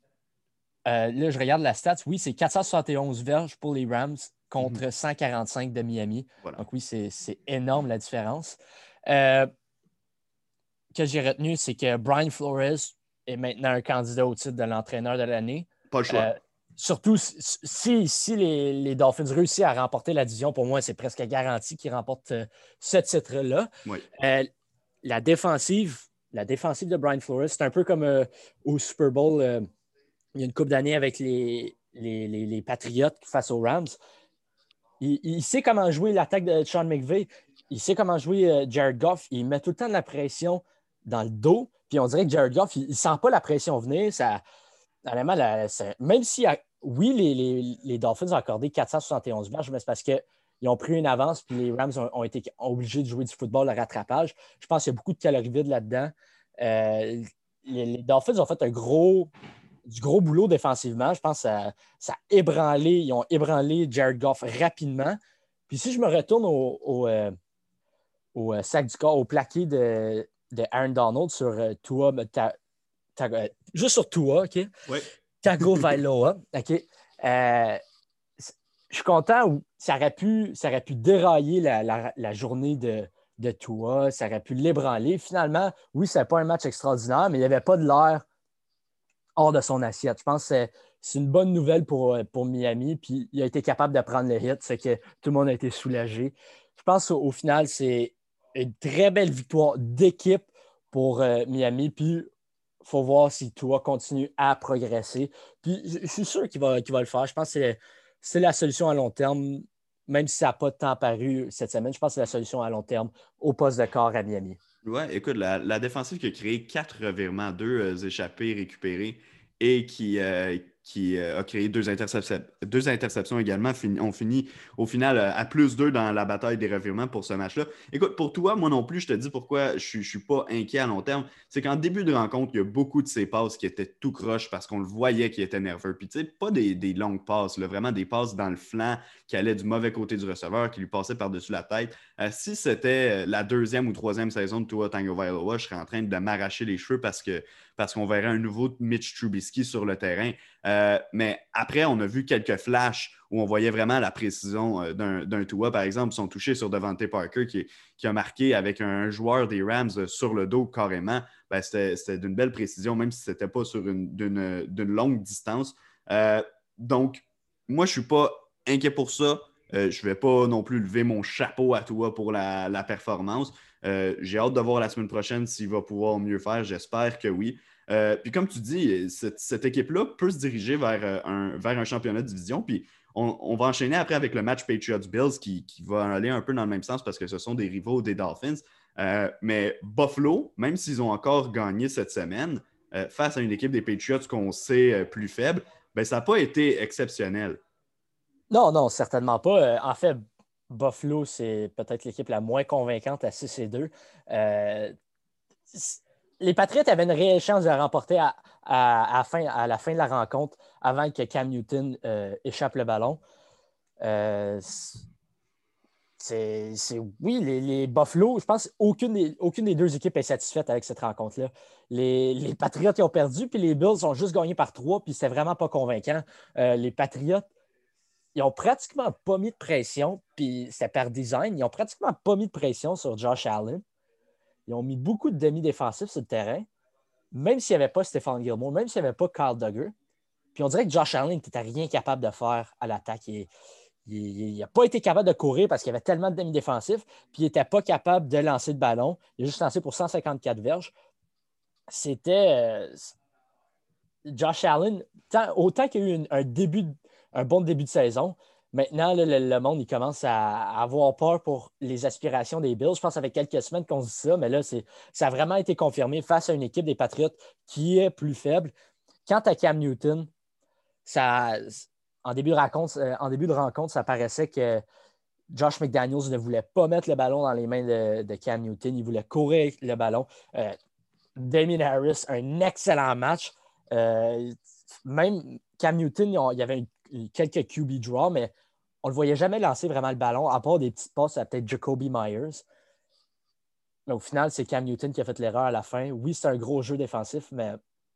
euh, là, je regarde la stats. Oui, c'est quatre cent soixante et onze verges pour les Rams contre Mhm. cent quarante-cinq de Miami. Voilà. Donc oui, c'est c'est énorme la différence. Euh, que j'ai retenu, c'est que Brian Flores est maintenant un candidat au titre de l'entraîneur de l'année. Pas le Euh, choix. surtout si, si, si les, les, Dolphins réussissent à remporter la division, pour moi, c'est presque garanti qu'ils remportent euh, ce titre-là. Oui. Euh, la défensive, la défensive de Brian Flores, c'est un peu comme euh, au Super Bowl euh, il y a une couple d'années avec les, les, les, les Patriots face aux Rams. Il, il, sait comment jouer l'attaque de Sean McVay. Il sait comment jouer euh, Jared Goff. Il met tout le temps de la pression dans le dos. Puis on dirait que Jared Goff, il ne sent pas la pression venir. Ça, honnêtement, la, ça, même si, oui, les, les, les Dolphins ont accordé quatre cent soixante et onze verges, mais c'est parce qu'ils ont pris une avance puis les Rams ont, ont été obligés de jouer du football, le rattrapage. Je pense qu'il y a beaucoup de calories vides là-dedans. Euh, les, les Dolphins ont fait un gros, du gros boulot défensivement. Je pense que ça, ça a ébranlé, ils ont ébranlé Jared Goff rapidement. Puis si je me retourne au, au, euh, au euh, sac du corps, au plaqué de, de Aaron Donald sur euh, Tua, ta, ta, euh, juste sur Tua, OK? Oui. Tagovailoa, OK? Euh, je suis content où ça aurait pu, ça aurait pu dérailler la, la, la journée de, de Tua, ça aurait pu l'ébranler. Finalement, oui, ce n'est pas un match extraordinaire, mais il n'y avait pas de l'air hors de son assiette. Je pense que c'est, c'est une bonne nouvelle pour, pour Miami. Puis il a été capable de prendre le hit. C'est que tout le monde a été soulagé. Je pense qu'au au final, c'est une très belle victoire d'équipe pour euh, Miami. Puis il faut voir si Tua continue à progresser. Puis je, je suis sûr qu'il va, qu'il va le faire. Je pense que c'est, c'est la solution à long terme. Même si ça n'a pas tant paru cette semaine, je pense que c'est la solution à long terme au poste de corps à Miami. Ouais, écoute, la, la défensive qui a créé quatre revirements, deux euh, échappés récupérés et qui, euh, qui euh, a créé deux interceptions, deux interceptions également, fin, ont fini au final euh, à plus deux dans la bataille des revirements pour ce match-là. Écoute, pour toi, moi non plus, je te dis pourquoi je ne suis pas inquiet à long terme. C'est qu'en début de rencontre, il y a beaucoup de ces passes qui étaient tout croche parce qu'on le voyait qu'il était nerveux. Puis tu sais, pas des, des longues passes, là, vraiment des passes dans le flanc qui allaient du mauvais côté du receveur, qui lui passaient par-dessus la tête. Euh, si c'était la deuxième ou troisième saison de Tua Tagovailoa, je serais en train de m'arracher les cheveux parce que parce qu'on verrait un nouveau Mitch Trubisky sur le terrain. Euh, mais après, on a vu quelques flashs où on voyait vraiment la précision euh, d'un, d'un Tua. Par exemple, son touché sur Devante Parker qui, qui a marqué avec un joueur des Rams euh, sur le dos carrément. Ben, c'était, c'était d'une belle précision, même si ce n'était pas sur une, d'une, d'une longue distance. Euh, donc, moi, je ne suis pas inquiet pour ça. Euh, je ne vais pas non plus lever mon chapeau à toi pour la, la performance. Euh, j'ai hâte de voir la semaine prochaine s'il va pouvoir mieux faire. J'espère que oui. Euh, puis comme tu dis, cette, cette équipe-là peut se diriger vers, euh, un, vers un championnat de division. Puis on, on va enchaîner après avec le match Patriots-Bills qui, qui va aller un peu dans le même sens parce que ce sont des rivaux des Dolphins. Euh, mais Buffalo, même s'ils ont encore gagné cette semaine, euh, face à une équipe des Patriots qu'on sait euh, plus faible, ben, ça n'a pas été exceptionnel. Non, non, certainement pas. Euh, en fait, Buffalo, c'est peut-être l'équipe la moins convaincante à six et deux. Euh, les Patriots avaient une réelle chance de la remporter à, à, à, fin, à la fin de la rencontre avant que Cam Newton euh, échappe le ballon. Euh, c'est, c'est, oui, les, les Buffalo, je pense qu'aucune des, aucune des deux équipes est satisfaite avec cette rencontre-là. Les, les Patriots ils ont perdu, puis les Bills ont juste gagné par trois, puis c'était vraiment pas convaincant. Euh, les Patriots, ils n'ont pratiquement pas mis de pression, puis c'est par design, ils n'ont pratiquement pas mis de pression sur Josh Allen. Ils ont mis beaucoup de demi-défensifs sur le terrain, même s'il n'y avait pas Stephon Gilmore, même s'il n'y avait pas Carl Duggar. Puis on dirait que Josh Allen n'était rien capable de faire à l'attaque. Il n'a pas été capable de courir parce qu'il y avait tellement de demi-défensifs, puis il n'était pas capable de lancer le ballon. Il a juste lancé pour cent cinquante-quatre verges. C'était euh, Josh Allen, tant, autant qu'il y a eu une, un, début, un bon début de saison, maintenant, là, le, le monde il commence à, à avoir peur pour les aspirations des Bills. Je pense que ça fait quelques semaines qu'on se dit ça, mais là, c'est, ça a vraiment été confirmé face à une équipe des Patriots qui est plus faible. Quant à Cam Newton, ça, en, début de rencontre, en début de rencontre, ça paraissait que Josh McDaniels ne voulait pas mettre le ballon dans les mains de, de Cam Newton. Il voulait courir le ballon. Euh, Damien Harris, un excellent match. Euh, même Cam Newton, il y avait une, quelques Q B draws, mais on ne le voyait jamais lancer vraiment le ballon, à part des petites passes à peut-être Jacoby Myers. Mais au final, c'est Cam Newton qui a fait l'erreur à la fin. Oui, c'est un gros jeu défensif, mais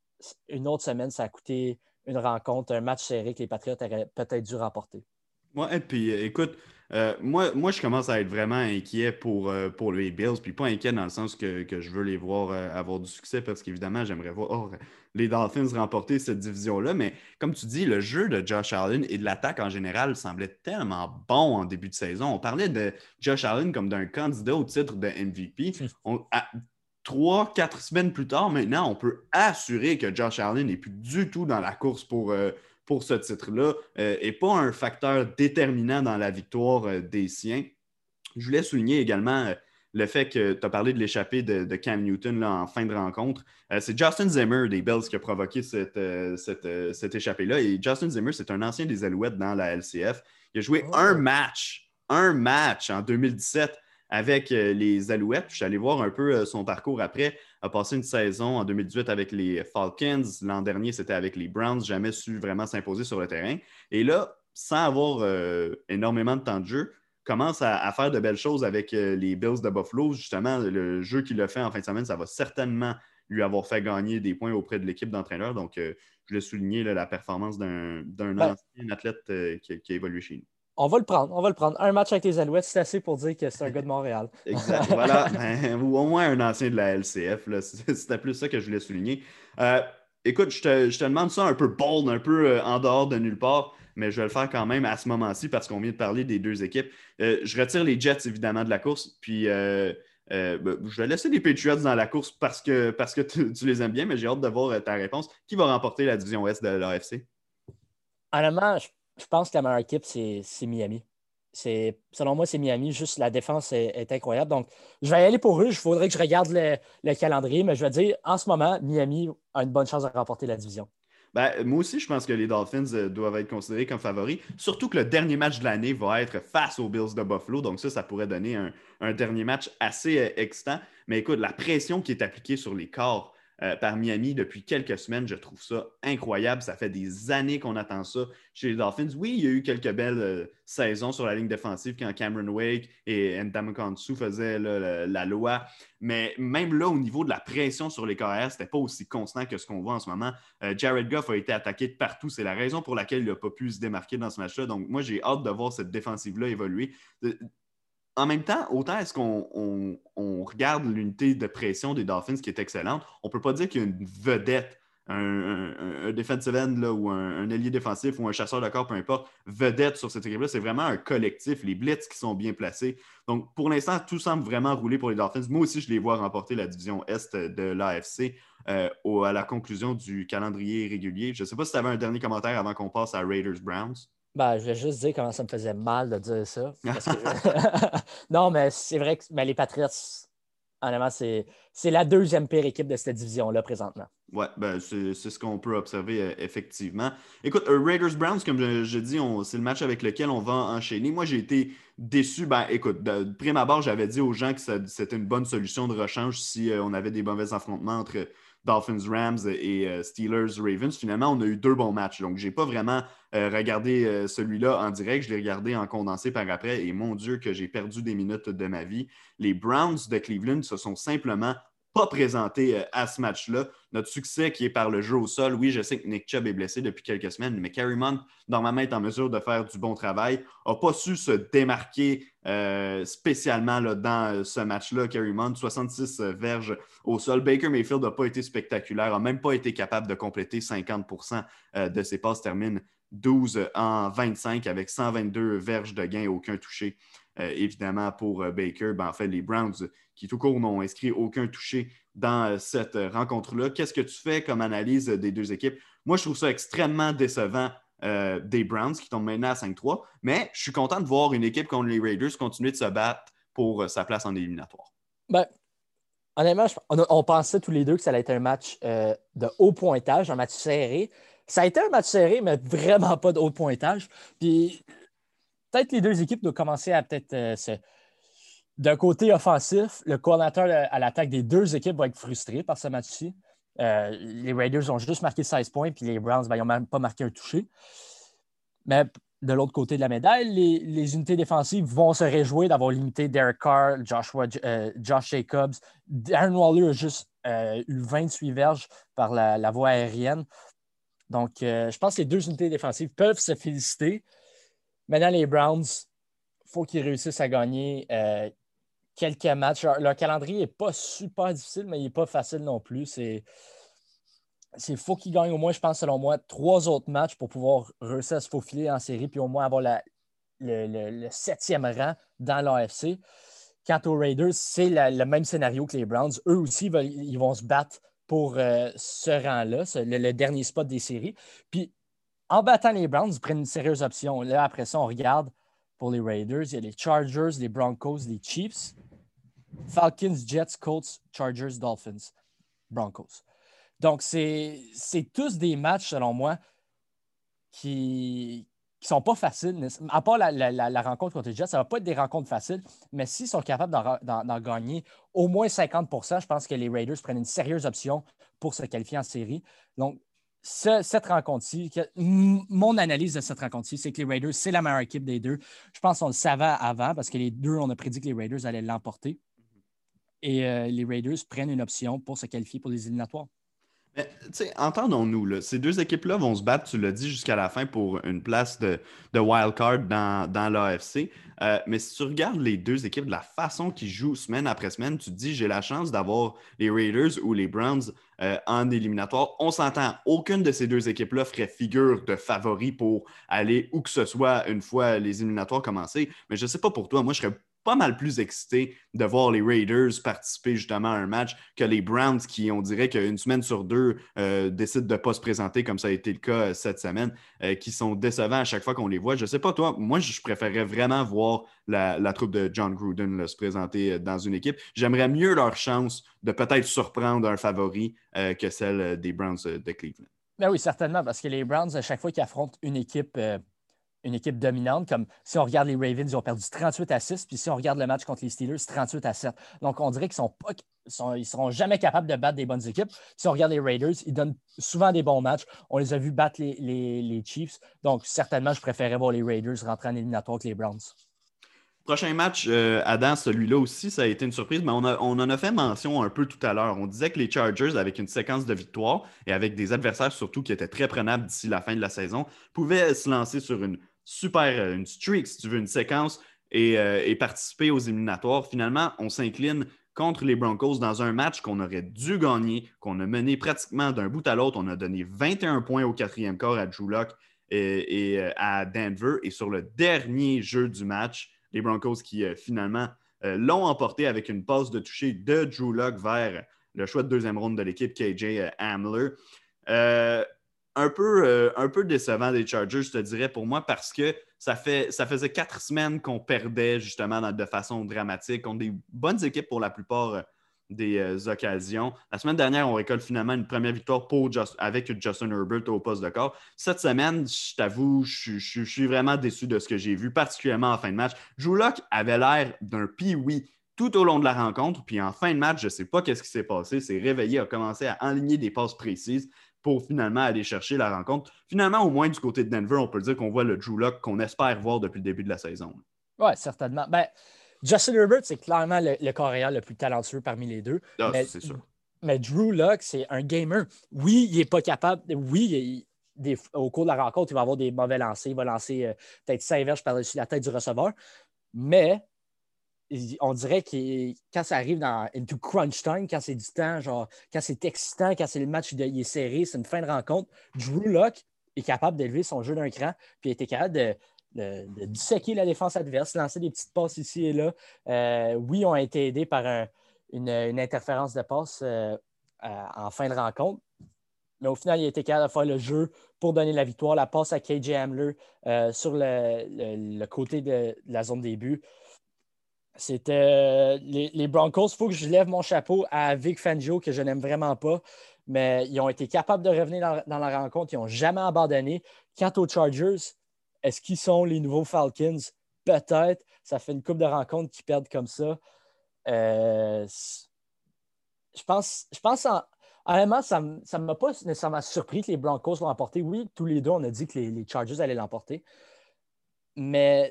une autre semaine, ça a coûté une rencontre, un match serré que les Patriots auraient peut-être dû remporter. Ouais, puis euh, écoute, euh, moi, moi, je commence à être vraiment inquiet pour, euh, pour les Bills, puis pas inquiet dans le sens que, que je veux les voir euh, avoir du succès, parce qu'évidemment, j'aimerais voir oh, les Dolphins remporter cette division-là, mais comme tu dis, le jeu de Josh Allen et de l'attaque en général semblait tellement bon en début de saison. On parlait de Josh Allen comme d'un candidat au titre de M V P. On, à, Trois, quatre semaines plus tard, maintenant, on peut assurer que Josh Allen n'est plus du tout dans la course pour... Euh, pour ce titre-là euh, et pas un facteur déterminant dans la victoire euh, des siens. Je voulais souligner également euh, le fait que tu as parlé de l'échappée de, de Cam Newton là, en fin de rencontre. Euh, c'est Justin Zimmer des Bills qui a provoqué cette, euh, cette, euh, cette échappée-là. Et Justin Zimmer, c'est un ancien des Alouettes dans la L C F. Il a joué oh. un match, un match en deux mille dix-sept avec euh, les Alouettes. Je suis allé voir un peu euh, son parcours après. A passé une saison en deux mille dix-huit avec les Falcons. L'an dernier, c'était avec les Browns. Jamais su vraiment s'imposer sur le terrain. Et là, sans avoir euh, énormément de temps de jeu, commence à, à faire de belles choses avec euh, les Bills de Buffalo. Justement, le jeu qu'il a fait en fin de semaine, ça va certainement lui avoir fait gagner des points auprès de l'équipe d'entraîneurs. Donc, euh, je voulais souligner là, la performance d'un, d'un ben, ancien athlète euh, qui, qui a évolué chez nous. On va le prendre, on va le prendre. Un match avec les Alouettes, c'est assez pour dire que c'est un gars de Montréal. Exact, voilà. Ou au moins un ancien de la L C F. Là. C'était plus ça que je voulais souligner. Euh, écoute, je te, je te demande ça un peu bold, un peu euh, en dehors de nulle part, mais je vais le faire quand même à ce moment-ci parce qu'on vient de parler des deux équipes. Euh, je retire les Jets, évidemment, de la course, puis euh, euh, ben, je vais laisser les Patriots dans la course parce que, parce que tu, tu les aimes bien, mais j'ai hâte de voir ta réponse. Qui va remporter la division Ouest de l'A F C? Honnêtement, je, je pense que la meilleure équipe, c'est, c'est Miami. C'est, selon moi, c'est Miami. Juste la défense est, est incroyable. Donc, je vais y aller pour eux. Il faudrait que je regarde le, le calendrier, mais je vais dire, en ce moment, Miami a une bonne chance de remporter la division. Ben, moi aussi, je pense que les Dolphins euh, doivent être considérés comme favoris. Surtout que le dernier match de l'année va être face aux Bills de Buffalo. Donc ça, ça pourrait donner un, un dernier match assez euh, excitant. Mais écoute, la pression qui est appliquée sur les corps euh, par Miami depuis quelques semaines, je trouve ça incroyable. Ça fait des années qu'on attend ça chez les Dolphins. Oui, il y a eu quelques belles euh, saisons sur la ligne défensive quand Cameron Wake et Ndamukong Suh faisaient là, la, la loi. Mais même là, au niveau de la pression sur les carrières, ce n'était pas aussi constant que ce qu'on voit en ce moment. Euh, Jared Goff a été attaqué de partout. C'est la raison pour laquelle il n'a pas pu se démarquer dans ce match-là. Donc, moi, j'ai hâte de voir cette défensive-là évoluer. En même temps, autant est-ce qu'on on, on regarde l'unité de pression des Dolphins qui est excellente, on ne peut pas dire qu'il y a une vedette un, un, un defensive end là, ou un, un ailier défensif ou un chasseur de corps, peu importe, vedette sur cette équipe-là. C'est vraiment un collectif, les blitz qui sont bien placés. Donc, pour l'instant, tout semble vraiment rouler pour les Dolphins. Moi aussi, je les vois remporter la division Est de l'A F C euh, au, à la conclusion du calendrier régulier. Je ne sais pas si tu avais un dernier commentaire avant qu'on passe à Raiders-Browns. Ben, je vais juste dire comment ça me faisait mal de dire ça. Parce que non, mais c'est vrai que mais les Patriots, honnêtement, c'est, c'est la deuxième pire équipe de cette division-là présentement. Oui, ben c'est, c'est ce qu'on peut observer euh, effectivement. Écoute, euh, Raiders-Browns, comme je, je dis, on, c'est le match avec lequel on va enchaîner. Moi, j'ai été déçu. Ben, écoute, de, de prime abord, j'avais dit aux gens que ça, c'était une bonne solution de rechange si euh, on avait des mauvais affrontements entre Dolphins-Rams et euh, Steelers-Ravens. Finalement, on a eu deux bons matchs. Donc, j'ai pas vraiment euh, regardé euh, celui-là en direct. Je l'ai regardé en condensé par après. Et mon Dieu, que j'ai perdu des minutes de ma vie. Les Browns de Cleveland se sont simplement pas présentés euh, à ce match-là. Notre succès qui est par le jeu au sol, oui, je sais que Nick Chubb est blessé depuis quelques semaines, mais Kerry Mund, normalement, est en mesure de faire du bon travail, n'a pas su se démarquer euh, spécialement là, dans ce match-là. Kerry Mund, soixante-six verges au sol. Baker Mayfield n'a pas été spectaculaire, n'a même pas été capable de compléter cinquante pour cent de ses passes, termine douze en vingt-cinq avec cent vingt-deux verges de gain, aucun touché. Euh, évidemment, pour euh, Baker, ben, en fait, les Browns, qui tout court n'ont inscrit aucun touché dans euh, cette euh, rencontre-là. Qu'est-ce que tu fais comme analyse des deux équipes? Moi, je trouve ça extrêmement décevant euh, des Browns qui tombent maintenant à cinq trois, mais je suis content de voir une équipe comme les Raiders continuer de se battre pour euh, sa place en éliminatoire. Ben, honnêtement, je, on, on pensait tous les deux que ça allait être un match euh, de haut pointage, un match serré. Ça a été un match serré, mais vraiment pas de haut pointage. Puis peut-être les deux équipes doivent commencer à peut-être euh, se... D'un côté offensif, le coordinateur à l'attaque des deux équipes va être frustré par ce match-ci. Euh, les Raiders ont juste marqué seize points, puis les Browns, ben, ils n'ont même pas marqué un touché. Mais de l'autre côté de la médaille, les, les unités défensives vont se réjouir d'avoir limité Derek Carr, Joshua, euh, Josh Jacobs. Darren Waller a juste euh, eu vingt-huit verges par la, la voie aérienne. Donc, euh, je pense que les deux unités défensives peuvent se féliciter. Maintenant, les Browns, il faut qu'ils réussissent à gagner euh, quelques matchs. Leur, leur calendrier n'est pas super difficile, mais il n'est pas facile non plus. C'est il faut qu'ils gagnent au moins, je pense, selon moi, trois autres matchs pour pouvoir réussir à se faufiler en série puis au moins avoir la, le, le, le septième rang dans l'A F C. Quant aux Raiders, c'est la, le même scénario que les Browns. Eux aussi, ils, veulent, ils vont se battre pour euh, ce rang-là, ce, le, le dernier spot des séries. Puis, en battant les Browns, ils prennent une sérieuse option. Là, après ça, on regarde pour les Raiders. Il y a les Chargers, les Broncos, les Chiefs, Falcons, Jets, Colts, Chargers, Dolphins, Broncos. Donc, c'est, c'est tous des matchs, selon moi, qui ne sont pas faciles. À part la, la, la rencontre contre les Jets, ça ne va pas être des rencontres faciles, mais s'ils sont capables d'en, d'en, d'en gagner au moins cinquante pour cent, je pense que les Raiders prennent une sérieuse option pour se qualifier en série. Donc, ce, cette rencontre-ci, que, mon analyse de cette rencontre-ci, c'est que les Raiders, c'est la meilleure équipe des deux. Je pense qu'on le savait avant parce que les deux, on a prédit que les Raiders allaient l'emporter. Et euh, les Raiders prennent une option pour se qualifier pour les éliminatoires. Mais, entendons-nous, là, ces deux équipes-là vont se battre, tu l'as dit, jusqu'à la fin pour une place de, de wildcard dans, dans l'A F C. Euh, mais si tu regardes les deux équipes, de la façon qu'ils jouent semaine après semaine, tu te dis, j'ai la chance d'avoir les Raiders ou les Browns euh, en éliminatoire. On s'entend, aucune de ces deux équipes-là ferait figure de favori pour aller où que ce soit une fois les éliminatoires commencés. Mais je ne sais pas pour toi, moi, je serais pas mal plus excité de voir les Raiders participer justement à un match que les Browns qui, on dirait qu'une semaine sur deux, euh, décident de ne pas se présenter comme ça a été le cas euh, cette semaine, euh, qui sont décevants à chaque fois qu'on les voit. Je sais pas toi, moi je préférerais vraiment voir la, la troupe de John Gruden là, se présenter dans une équipe. J'aimerais mieux leur chance de peut-être surprendre un favori euh, que celle des Browns de Cleveland. Ben oui, certainement, parce que les Browns, à chaque fois qu'ils affrontent une équipe... Euh... une équipe dominante, comme si on regarde les Ravens, ils ont perdu trente-huit à six, puis si on regarde le match contre les Steelers, trente-huit à sept. Donc, on dirait qu'ils ne seront jamais capables de battre des bonnes équipes. Si on regarde les Raiders, ils donnent souvent des bons matchs. On les a vus battre les, les, les Chiefs. Donc, certainement, je préférais voir les Raiders rentrer en éliminatoire que les Browns. Prochain match, euh, Adam, celui-là aussi, ça a été une surprise, mais on, a, on en a fait mention un peu tout à l'heure. On disait que les Chargers, avec une séquence de victoires et avec des adversaires surtout qui étaient très prenables d'ici la fin de la saison, pouvaient se lancer sur une super, une streak, si tu veux, une séquence et, euh, et participer aux éliminatoires. Finalement, on s'incline contre les Broncos dans un match qu'on aurait dû gagner, qu'on a mené pratiquement d'un bout à l'autre. On a donné vingt et un points au quatrième quart à Drew Lock et, et à Denver. Et sur le dernier jeu du match, les Broncos qui euh, finalement euh, l'ont emporté avec une passe de toucher de Drew Lock vers le choix de deuxième ronde de l'équipe, K J euh, Hamler. Euh, un, peu, euh, un peu décevant des Chargers, je te dirais, pour moi, parce que ça, fait, ça faisait quatre semaines qu'on perdait justement dans, de façon dramatique contre des bonnes équipes pour la plupart euh, des euh, occasions. La semaine dernière, on récolte finalement une première victoire pour Just, avec Justin Herbert au poste de corps. Cette semaine, je t'avoue, je, je, je suis vraiment déçu de ce que j'ai vu, particulièrement en fin de match. Drew Lock avait l'air d'un pee-wee tout au long de la rencontre, puis en fin de match, je ne sais pas qu'est-ce qui s'est passé, s'est réveillé, a commencé à enligner des passes précises pour finalement aller chercher la rencontre. Finalement, au moins du côté de Denver, on peut dire qu'on voit le Drew Lock qu'on espère voir depuis le début de la saison. Oui, certainement. Ben, Justin Herbert, c'est clairement le, le carrière le plus talentueux parmi les deux. Ah, mais, c'est sûr. Mais Drew Lock, c'est un gamer. Oui, il n'est pas capable. Oui, il, des, au cours de la rencontre, il va avoir des mauvais lancers. Il va lancer euh, peut-être cinq verges par-dessus la tête du receveur. Mais on dirait que quand ça arrive dans into crunch time, quand c'est du temps, genre quand c'est excitant, quand c'est le match de, il est serré, c'est une fin de rencontre, Drew Lock est capable d'élever son jeu d'un cran, puis il était capable de, de, de disséquer la défense adverse, lancer des petites passes ici et là. Euh, oui, ils ont été aidés par un, une, une interférence de passe euh, euh, en fin de rencontre. Mais au final, il a été capable de faire le jeu pour donner la victoire. La passe à K J Hamler euh, sur le, le, le côté de, de la zone des buts. C'était euh, les, les Broncos. Il faut que je lève mon chapeau à Vic Fangio, que je n'aime vraiment pas, mais ils ont été capables de revenir dans, dans la rencontre. Ils n'ont jamais abandonné. Quant aux Chargers, est-ce qu'ils sont les nouveaux Falcons? Peut-être. Ça fait une couple de rencontres qu'ils perdent comme ça. Euh, je pense, je pense en, honnêtement, ça ne m'a pas nécessairement surpris que les Broncos l'ont emporté. Oui, tous les deux, on a dit que les, les Chargers allaient l'emporter. Mais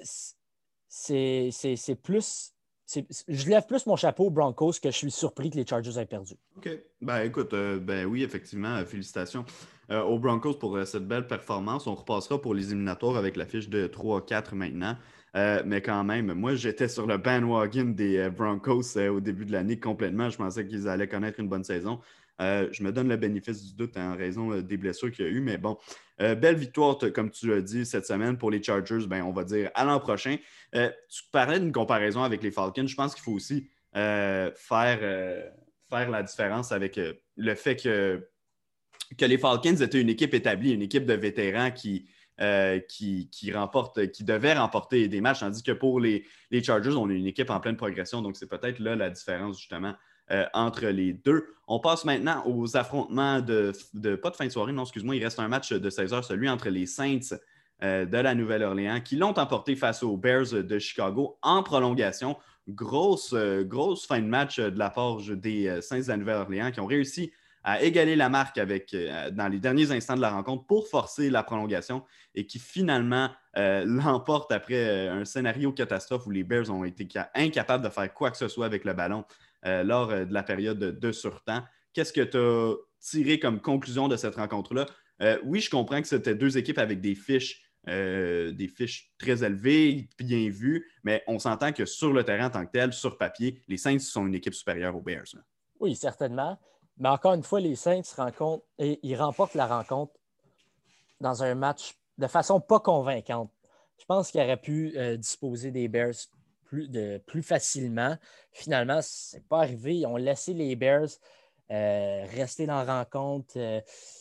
c'est, c'est, c'est plus. C'est, je lève plus mon chapeau aux Broncos que je suis surpris que les Chargers aient perdu. OK. Ben écoute, euh, ben oui, effectivement, euh, félicitations euh, aux Broncos pour euh, cette belle performance. On repassera pour les éliminatoires avec la fiche de trois quatre maintenant. Euh, mais quand même, moi, j'étais sur le bandwagon des euh, Broncos euh, au début de l'année complètement. Je pensais qu'ils allaient connaître une bonne saison. Euh, je me donne le bénéfice du doute en raison euh, des blessures qu'il y a eu. Mais bon, euh, belle victoire, comme tu l'as dit, cette semaine pour les Chargers. Ben, on va dire à l'an prochain. Euh, tu parlais d'une comparaison avec les Falcons. Je pense qu'il faut aussi euh, faire, euh, faire la différence avec euh, le fait que, que les Falcons étaient une équipe établie, une équipe de vétérans qui, euh, qui, qui, remporte, qui devait remporter des matchs, tandis que pour les, les Chargers, on est une équipe en pleine progression. Donc, c'est peut-être là la différence, justement, euh, entre les deux. On passe maintenant aux affrontements de, de pas de fin de soirée, non, excuse-moi, il reste un match de seize heures, celui entre les Saints euh, de la Nouvelle-Orléans, qui l'ont emporté face aux Bears de Chicago en prolongation. Grosse, euh, grosse fin de match de la part des euh, Saints de la Nouvelle-Orléans qui ont réussi à égaler la marque avec, euh, dans les derniers instants de la rencontre pour forcer la prolongation et qui finalement euh, l'emporte après euh, un scénario catastrophe où les Bears ont été incapables de faire quoi que ce soit avec le ballon euh, lors euh, de la période de, de surtemps. Qu'est-ce que tu as tiré comme conclusion de cette rencontre-là? Euh, oui, je comprends que c'était deux équipes avec des fiches Euh, des fiches très élevées, bien vues, mais on s'entend que sur le terrain en tant que tel, sur papier, les Saints sont une équipe supérieure aux Bears. Là. Oui, certainement. Mais encore une fois, les Saints se rencontrent et ils remportent la rencontre dans un match de façon pas convaincante. Je pense qu'ils auraient pu euh, disposer des Bears plus, de, plus facilement. Finalement, ce n'est pas arrivé. Ils ont laissé les Bears euh, rester dans la rencontre. Euh,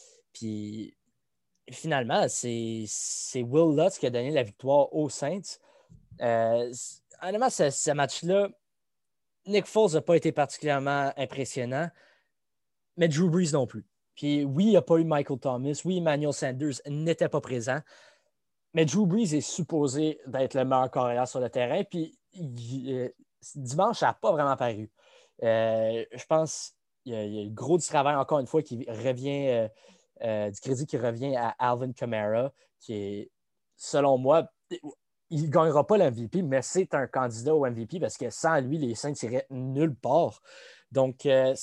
puis finalement, c'est, c'est Will Lutz qui a donné la victoire aux Saints. Euh, honnêtement, ce, ce match-là, Nick Foles n'a pas été particulièrement impressionnant, mais Drew Brees non plus. Puis oui, il n'y a pas eu Michael Thomas. Oui, Emmanuel Sanders n'était pas présent. Mais Drew Brees est supposé d'être le meilleur carrière sur le terrain. Puis il, euh, dimanche, ça n'a pas vraiment paru. Euh, je pense qu'il y a, il y a gros du travail, encore une fois, qui revient, euh, euh, du crédit qui revient à Alvin Kamara, qui est, selon moi, il ne gagnera pas l'M V P, mais c'est un candidat au M V P parce que sans lui, les Saints iraient nulle part. Donc, euh,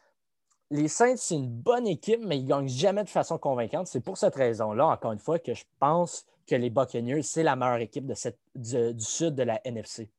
les Saints, c'est une bonne équipe, mais ils ne gagnent jamais de façon convaincante. C'est pour cette raison-là, encore une fois, que je pense que les Buccaneers, c'est la meilleure équipe de cette, du, du sud de la N F C.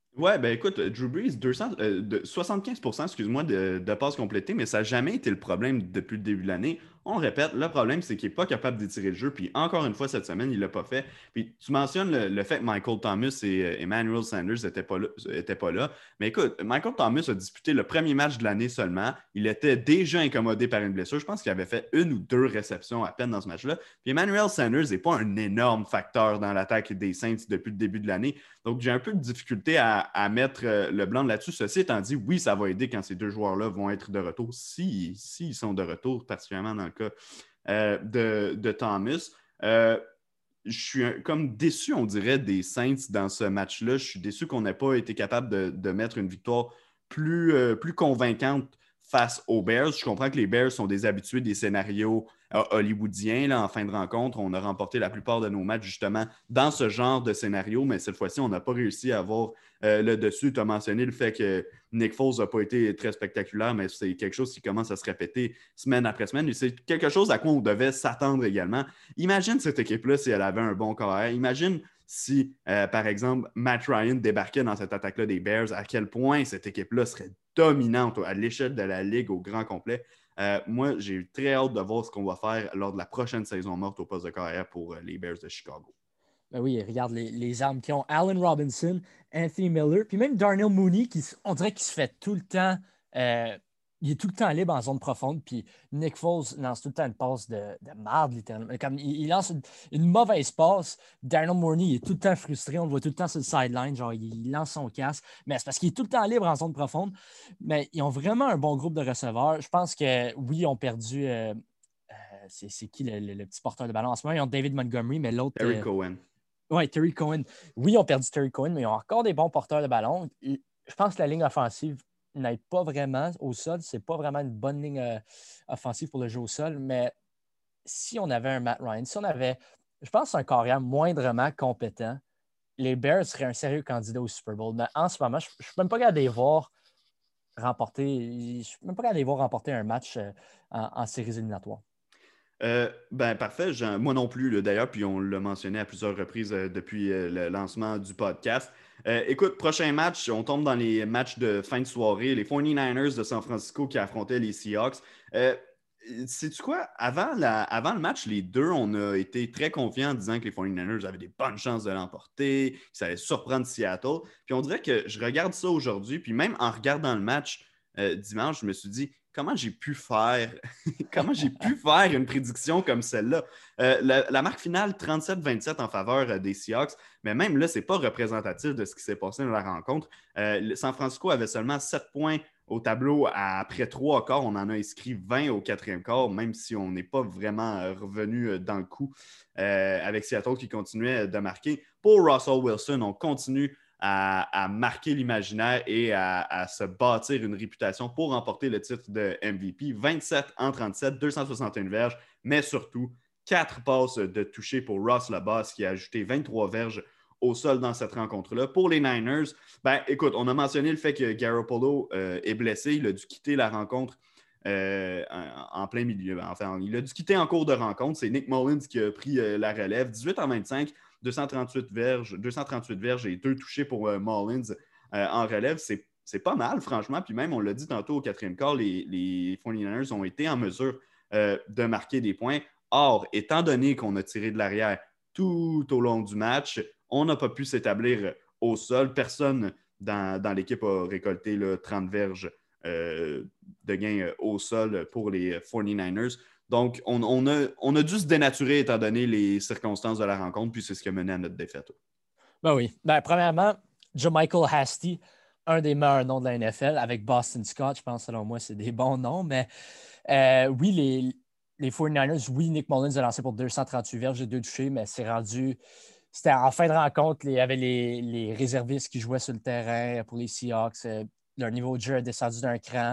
Ouais, ben écoute, Drew Brees, deux cents, euh, de soixante-quinze pour cent, excuse-moi, de, de passes complétées, mais ça n'a jamais été le problème depuis le début de l'année. On répète, le problème, c'est qu'il n'est pas capable d'étirer le jeu. Puis encore une fois, cette semaine, il ne l'a pas fait. Puis tu mentionnes le, le fait que Michael Thomas et euh, Emmanuel Sanders n'étaient pas, là- étaient pas là. Mais écoute, Michael Thomas a disputé le premier match de l'année seulement. Il était déjà incommodé par une blessure. Je pense qu'il avait fait une ou deux réceptions à peine dans ce match-là. Puis Emmanuel Sanders n'est pas un énorme facteur dans l'attaque des Saints depuis le début de l'année. Donc, j'ai un peu de difficulté à, à mettre euh, le blanc là-dessus. Ceci étant dit, oui, ça va aider quand ces deux joueurs-là vont être de retour, s'ils si, si sont de retour, particulièrement dans le cas euh, de, de Thomas. Euh, je suis un, comme déçu, on dirait, des Saints dans ce match-là. Je suis déçu qu'on n'ait pas été capable de, de mettre une victoire plus, euh, plus convaincante face aux Bears. Je comprends que les Bears sont des habitués des scénarios euh, hollywoodiens. Là, en fin de rencontre, on a remporté la plupart de nos matchs justement dans ce genre de scénario, mais cette fois-ci, on n'a pas réussi à avoir euh, le dessus. Tu as mentionné le fait que Nick Foles n'a pas été très spectaculaire, mais c'est quelque chose qui commence à se répéter semaine après semaine. Et c'est quelque chose à quoi on devait s'attendre également. Imagine cette équipe-là si elle avait un bon carrière. Imagine si, euh, par exemple, Matt Ryan débarquait dans cette attaque-là des Bears, à quel point cette équipe-là serait dominante à l'échelle de la Ligue au grand complet. Euh, moi, j'ai très hâte de voir ce qu'on va faire lors de la prochaine saison morte au poste de carrière pour euh, les Bears de Chicago. Ben oui, regarde les, les armes qu'ils ont. Allen Robinson, Anthony Miller, puis même Darnell Mooney, qui, on dirait qu'il se fait tout le temps. euh, il est tout le temps libre en zone profonde, puis Nick Foles lance tout le temps une passe de, de marde, littéralement. Comme il, il lance une, une mauvaise passe. Darnell Mooney, il est tout le temps frustré. On le voit tout le temps sur le sideline. Genre, il, il lance son casque. Mais c'est parce qu'il est tout le temps libre en zone profonde. Mais ils ont vraiment un bon groupe de receveurs. Je pense que oui, ils ont perdu. euh, euh, c'est, c'est qui le, le- le petit porteur de ballon en ce moment? Ils ont David Montgomery, mais l'autre. Terry euh, Cohen. Oui, Terry Cohen. Oui, ils ont perdu Terry Cohen, mais ils ont encore des bons porteurs de ballon. Et je pense que la ligne offensive n'aide pas vraiment au sol. C'est pas vraiment une bonne ligne euh, offensive pour le jeu au sol. Mais si on avait un Matt Ryan, si on avait, je pense, un carrière moindrement compétent, les Bears seraient un sérieux candidat au Super Bowl. Mais en ce moment, je ne suis même pas capable de les voir remporter. Je ne suis même pas capable de les voir remporter un match euh, en, en séries éliminatoires. Euh, ben parfait, Jean- moi non plus là, d'ailleurs, puis on l'a mentionné à plusieurs reprises euh, depuis euh, le lancement du podcast. Euh, écoute, prochain match, on tombe dans les matchs de fin de soirée, les forty-niners de San Francisco qui affrontaient les Seahawks. Euh, Sais-tu quoi? Avant, la, avant le match, les deux, on a été très confiants en disant que les forty-niners avaient des bonnes chances de l'emporter, que ça allait surprendre Seattle. Puis on dirait que je regarde ça aujourd'hui, puis même en regardant le match euh, dimanche, je me suis dit, comment j'ai pu faire comment j'ai pu faire une prédiction comme celle-là? Euh, la, la, marque finale, trente-sept vingt-sept en faveur euh, des Seahawks, mais même là, ce n'est pas représentatif de ce qui s'est passé dans la rencontre. Euh, San Francisco avait seulement sept points au tableau après trois quarts. On en a inscrit vingt au quatrième quart, même si on n'est pas vraiment euh, revenu euh, dans le coup euh, avec Seattle qui continuait de marquer. Pour Russell Wilson, on continue à, à marquer l'imaginaire et à, à se bâtir une réputation pour remporter le titre de M V P. vingt-sept en trente-sept, deux cent soixante et un verges, mais surtout quatre passes de toucher pour Ross Labosse qui a ajouté vingt-trois verges au sol dans cette rencontre-là. Pour les Niners, ben écoute, on a mentionné le fait que Garoppolo euh, est blessé. Il a dû quitter la rencontre euh, en, en plein milieu. Enfin, il a dû quitter en cours de rencontre. C'est Nick Mullins qui a pris euh, la relève. dix-huit en vingt-cinq, deux cent trente-huit verges, deux cent trente-huit verges et deux touchés pour euh, Mullins euh, en relève. C'est, c'est pas mal, franchement. Puis même, on l'a dit tantôt au quatrième quart, les, les forty-niners ont été en mesure euh, de marquer des points. Or, étant donné qu'on a tiré de l'arrière tout au long du match, on n'a pas pu s'établir au sol. Personne dans, dans l'équipe a récolté là, trente verges euh, de gains euh, au sol pour les forty-niners. Donc, on, on, a, on a dû se dénaturer étant donné les circonstances de la rencontre, puis c'est ce qui a mené à notre défaite. Ben oui. Ben, premièrement, Michael Hasty, un des meilleurs noms de la N F L, avec Boston Scott, je pense, selon moi, c'est des bons noms. Mais euh, oui, les, les forty-niners, oui, Nick Mullins a lancé pour deux cent trente-huit verges et deux touchés, mais c'est rendu. C'était en fin de rencontre, il y avait les, les réservistes qui jouaient sur le terrain pour les Seahawks. Euh, leur niveau de jeu a descendu d'un cran.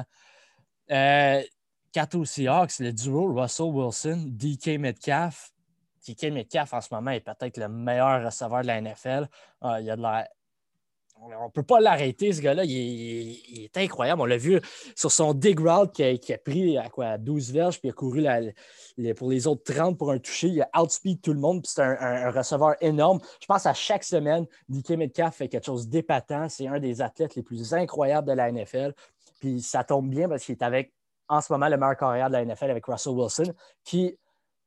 Euh, quant aux Seahawks, le duo Russell Wilson, D K Metcalf. D K Metcalf, en ce moment, est peut-être le meilleur receveur de la N F L. Euh, il a de la on ne peut pas l'arrêter, ce gars-là. Il est, il est incroyable. On l'a vu sur son dig route qui a, qui a pris à quoi, douze verges, puis il a couru la, la, pour les autres trente pour un toucher. Il a outspeed tout le monde, puis c'est un, un, un receveur énorme. Je pense à chaque semaine, D K Metcalf fait quelque chose d'épatant. C'est un des athlètes les plus incroyables de la N F L. Puis ça tombe bien parce qu'il est avec, en ce moment, le meilleur carrière de la N F L avec Russell Wilson, qui,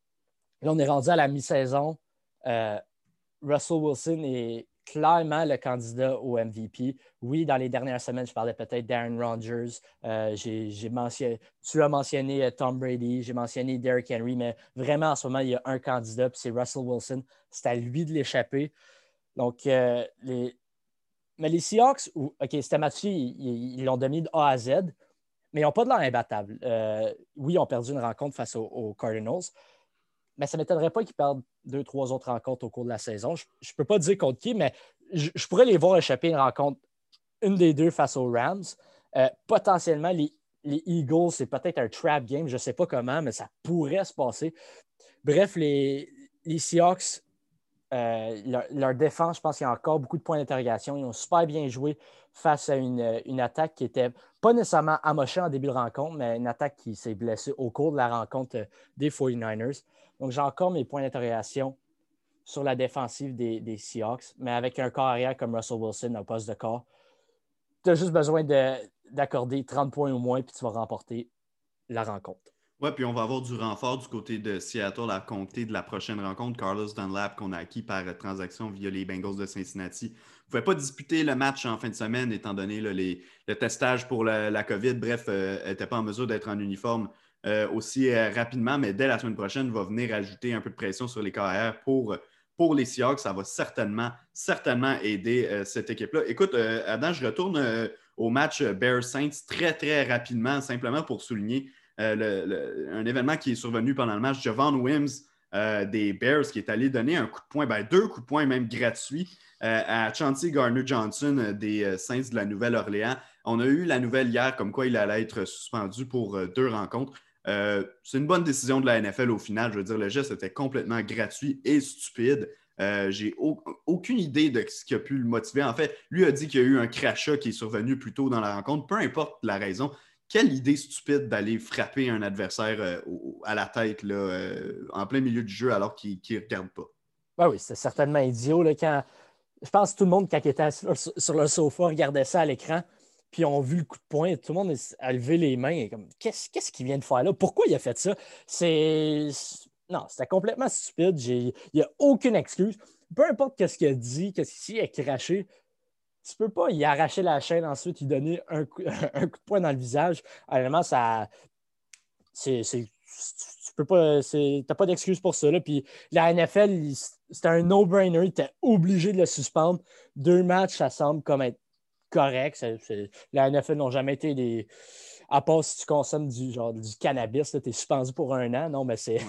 là, on est rendu à la mi-saison. Euh, Russell Wilson est clairement le candidat au M V P. Oui, dans les dernières semaines, je parlais peut-être d'Aaron Rodgers. Euh, j'ai, j'ai mentionné, tu as mentionné euh, Tom Brady, j'ai mentionné Derrick Henry, mais vraiment, en ce moment, il y a un candidat, puis c'est Russell Wilson. C'est à lui de l'échapper. Donc, euh, les... Mais les Seahawks, où, OK, c'était match, ils, ils l'ont dominé de A à Z, mais ils n'ont pas de l'air imbattable. Euh, oui, ils ont perdu une rencontre face aux, aux Cardinals, mais ça ne m'étonnerait pas qu'ils perdent deux, trois autres rencontres au cours de la saison. Je ne peux pas dire contre qui, mais je, je pourrais les voir échapper une rencontre, une des deux face aux Rams. Euh, potentiellement, les, les Eagles, c'est peut-être un trap game. Je ne sais pas comment, mais ça pourrait se passer. Bref, les, les Seahawks, euh, leur, leur défense, je pense qu'il y a encore beaucoup de points d'interrogation. Ils ont super bien joué face à une, une attaque qui n'était pas nécessairement amochée en début de rencontre, mais une attaque qui s'est blessée au cours de la rencontre des forty-niners. Donc, j'ai encore mes points d'interrogation sur la défensive des, des Seahawks, mais avec un corps arrière comme Russell Wilson au poste de corps, tu as juste besoin de, d'accorder trente points au moins, puis tu vas remporter la rencontre. Ouais, puis on va avoir du renfort du côté de Seattle à compter de la prochaine rencontre. Carlos Dunlap, qu'on a acquis par transaction via les Bengals de Cincinnati, ne pouvait pas disputer le match en fin de semaine, étant donné là, les, le testage pour la, la COVID. Bref, n'était euh, pas en mesure d'être en uniforme euh, aussi euh, rapidement, mais dès la semaine prochaine, va venir ajouter un peu de pression sur les carrières pour, pour les Seahawks. Ça va certainement, certainement aider euh, cette équipe-là. Écoute, euh, Adam, je retourne euh, au match Bears-Saints très, très rapidement, simplement pour souligner Euh, le, le, un événement qui est survenu pendant le match. Javon Wims euh, des Bears qui est allé donner un coup de poing, ben, deux coups de poing même gratuits euh, à Chauncey Gardner-Johnson euh, des euh, Saints de la Nouvelle-Orléans. On a eu la nouvelle hier comme quoi il allait être suspendu pour euh, deux rencontres. Euh, c'est une bonne décision de la N F L au final. Je veux dire, le geste était complètement gratuit et stupide. Euh, j'ai au- aucune idée de ce qui a pu le motiver. En fait, lui a dit qu'il y a eu un crachat qui est survenu plus tôt dans la rencontre. Peu importe la raison, quelle idée stupide d'aller frapper un adversaire euh, au, à la tête là, euh, en plein milieu du jeu alors qu'il ne regarde pas. Ben oui, c'est certainement idiot. Là, quand... Je pense que tout le monde, quand il était sur, sur le sofa, regardait ça à l'écran, puis on vu le coup de poing, tout le monde a levé les mains. Et comme, qu'est-ce, qu'est-ce qu'il vient de faire là? Pourquoi il a fait ça? C'est... Non, c'était complètement stupide. J'ai... Il n'y a aucune excuse. Peu importe ce qu'il a dit, qu'est-ce qu'il a craché, tu peux pas y arracher la chaîne ensuite, lui donner un coup, un coup de poing dans le visage. Vraiment, ça. C'est, c'est, tu peux pas. Tu n'as pas d'excuse pour ça. Là. Puis la N F L, c'était un no-brainer. Il était obligé de le suspendre. Deux matchs, ça semble comme être correct. C'est, c'est, la N F L n'ont jamais été des. À part si tu consommes du, genre, du cannabis, tu es suspendu pour un an. Non, mais c'est.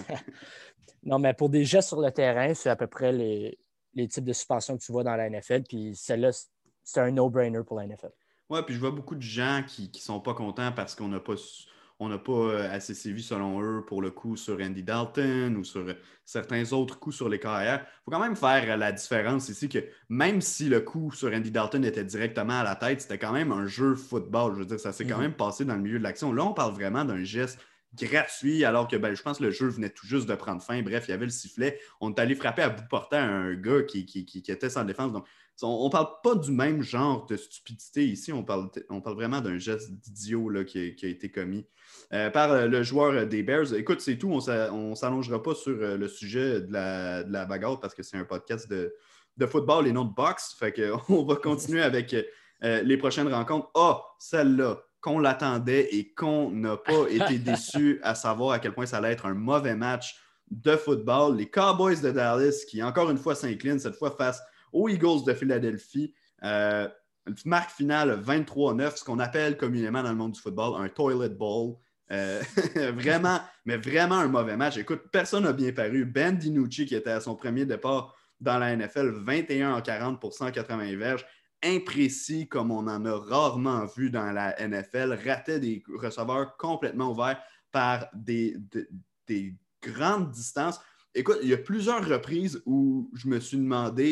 Non, mais pour des gestes sur le terrain, c'est à peu près les, les types de suspensions que tu vois dans la N F L. Puis celle-là, c'est un no-brainer pour la N F L. Ouais, puis je vois beaucoup de gens qui ne sont pas contents parce qu'on n'a pas, on n'a pas euh, assez sévi, selon eux, pour le coup sur Andy Dalton ou sur euh, certains autres coups sur les carrières. Il faut quand même faire euh, la différence ici que même si le coup sur Andy Dalton était directement à la tête, c'était quand même un jeu football. Je veux dire, ça s'est quand Mm-hmm. même passé dans le milieu de l'action. Là, on parle vraiment d'un geste gratuit, alors que ben, je pense que le jeu venait tout juste de prendre fin. Bref, il y avait le sifflet. On est allé frapper à bout portant un gars qui, qui, qui, qui était sans défense. Donc, on ne parle pas du même genre de stupidité ici. On parle, on parle vraiment d'un geste d'idiot là, qui, qui a été commis euh, par le joueur des Bears. Écoute, c'est tout. On ne s'allongera pas sur le sujet de la, de la bagarre parce que c'est un podcast de, de football et non de boxe. Fait qu'on va continuer avec euh, les prochaines rencontres. Ah, oh, celle-là, qu'on l'attendait et qu'on n'a pas été déçu à savoir à quel point ça allait être un mauvais match de football. Les Cowboys de Dallas qui, encore une fois, s'inclinent, cette fois face aux Eagles de Philadelphie. Euh, une marque finale vingt-trois à neuf, ce qu'on appelle communément dans le monde du football un toilet bowl. Euh, vraiment, mais vraiment un mauvais match. Écoute, personne n'a bien paru. Ben DiNucci, qui était à son premier départ dans la N F L, vingt et un en quarante pour cent quatre-vingts verges. Imprécis comme on en a rarement vu dans la N F L. Ratait des receveurs complètement ouverts par des, des, des grandes distances. Écoute, il y a plusieurs reprises où je me suis demandé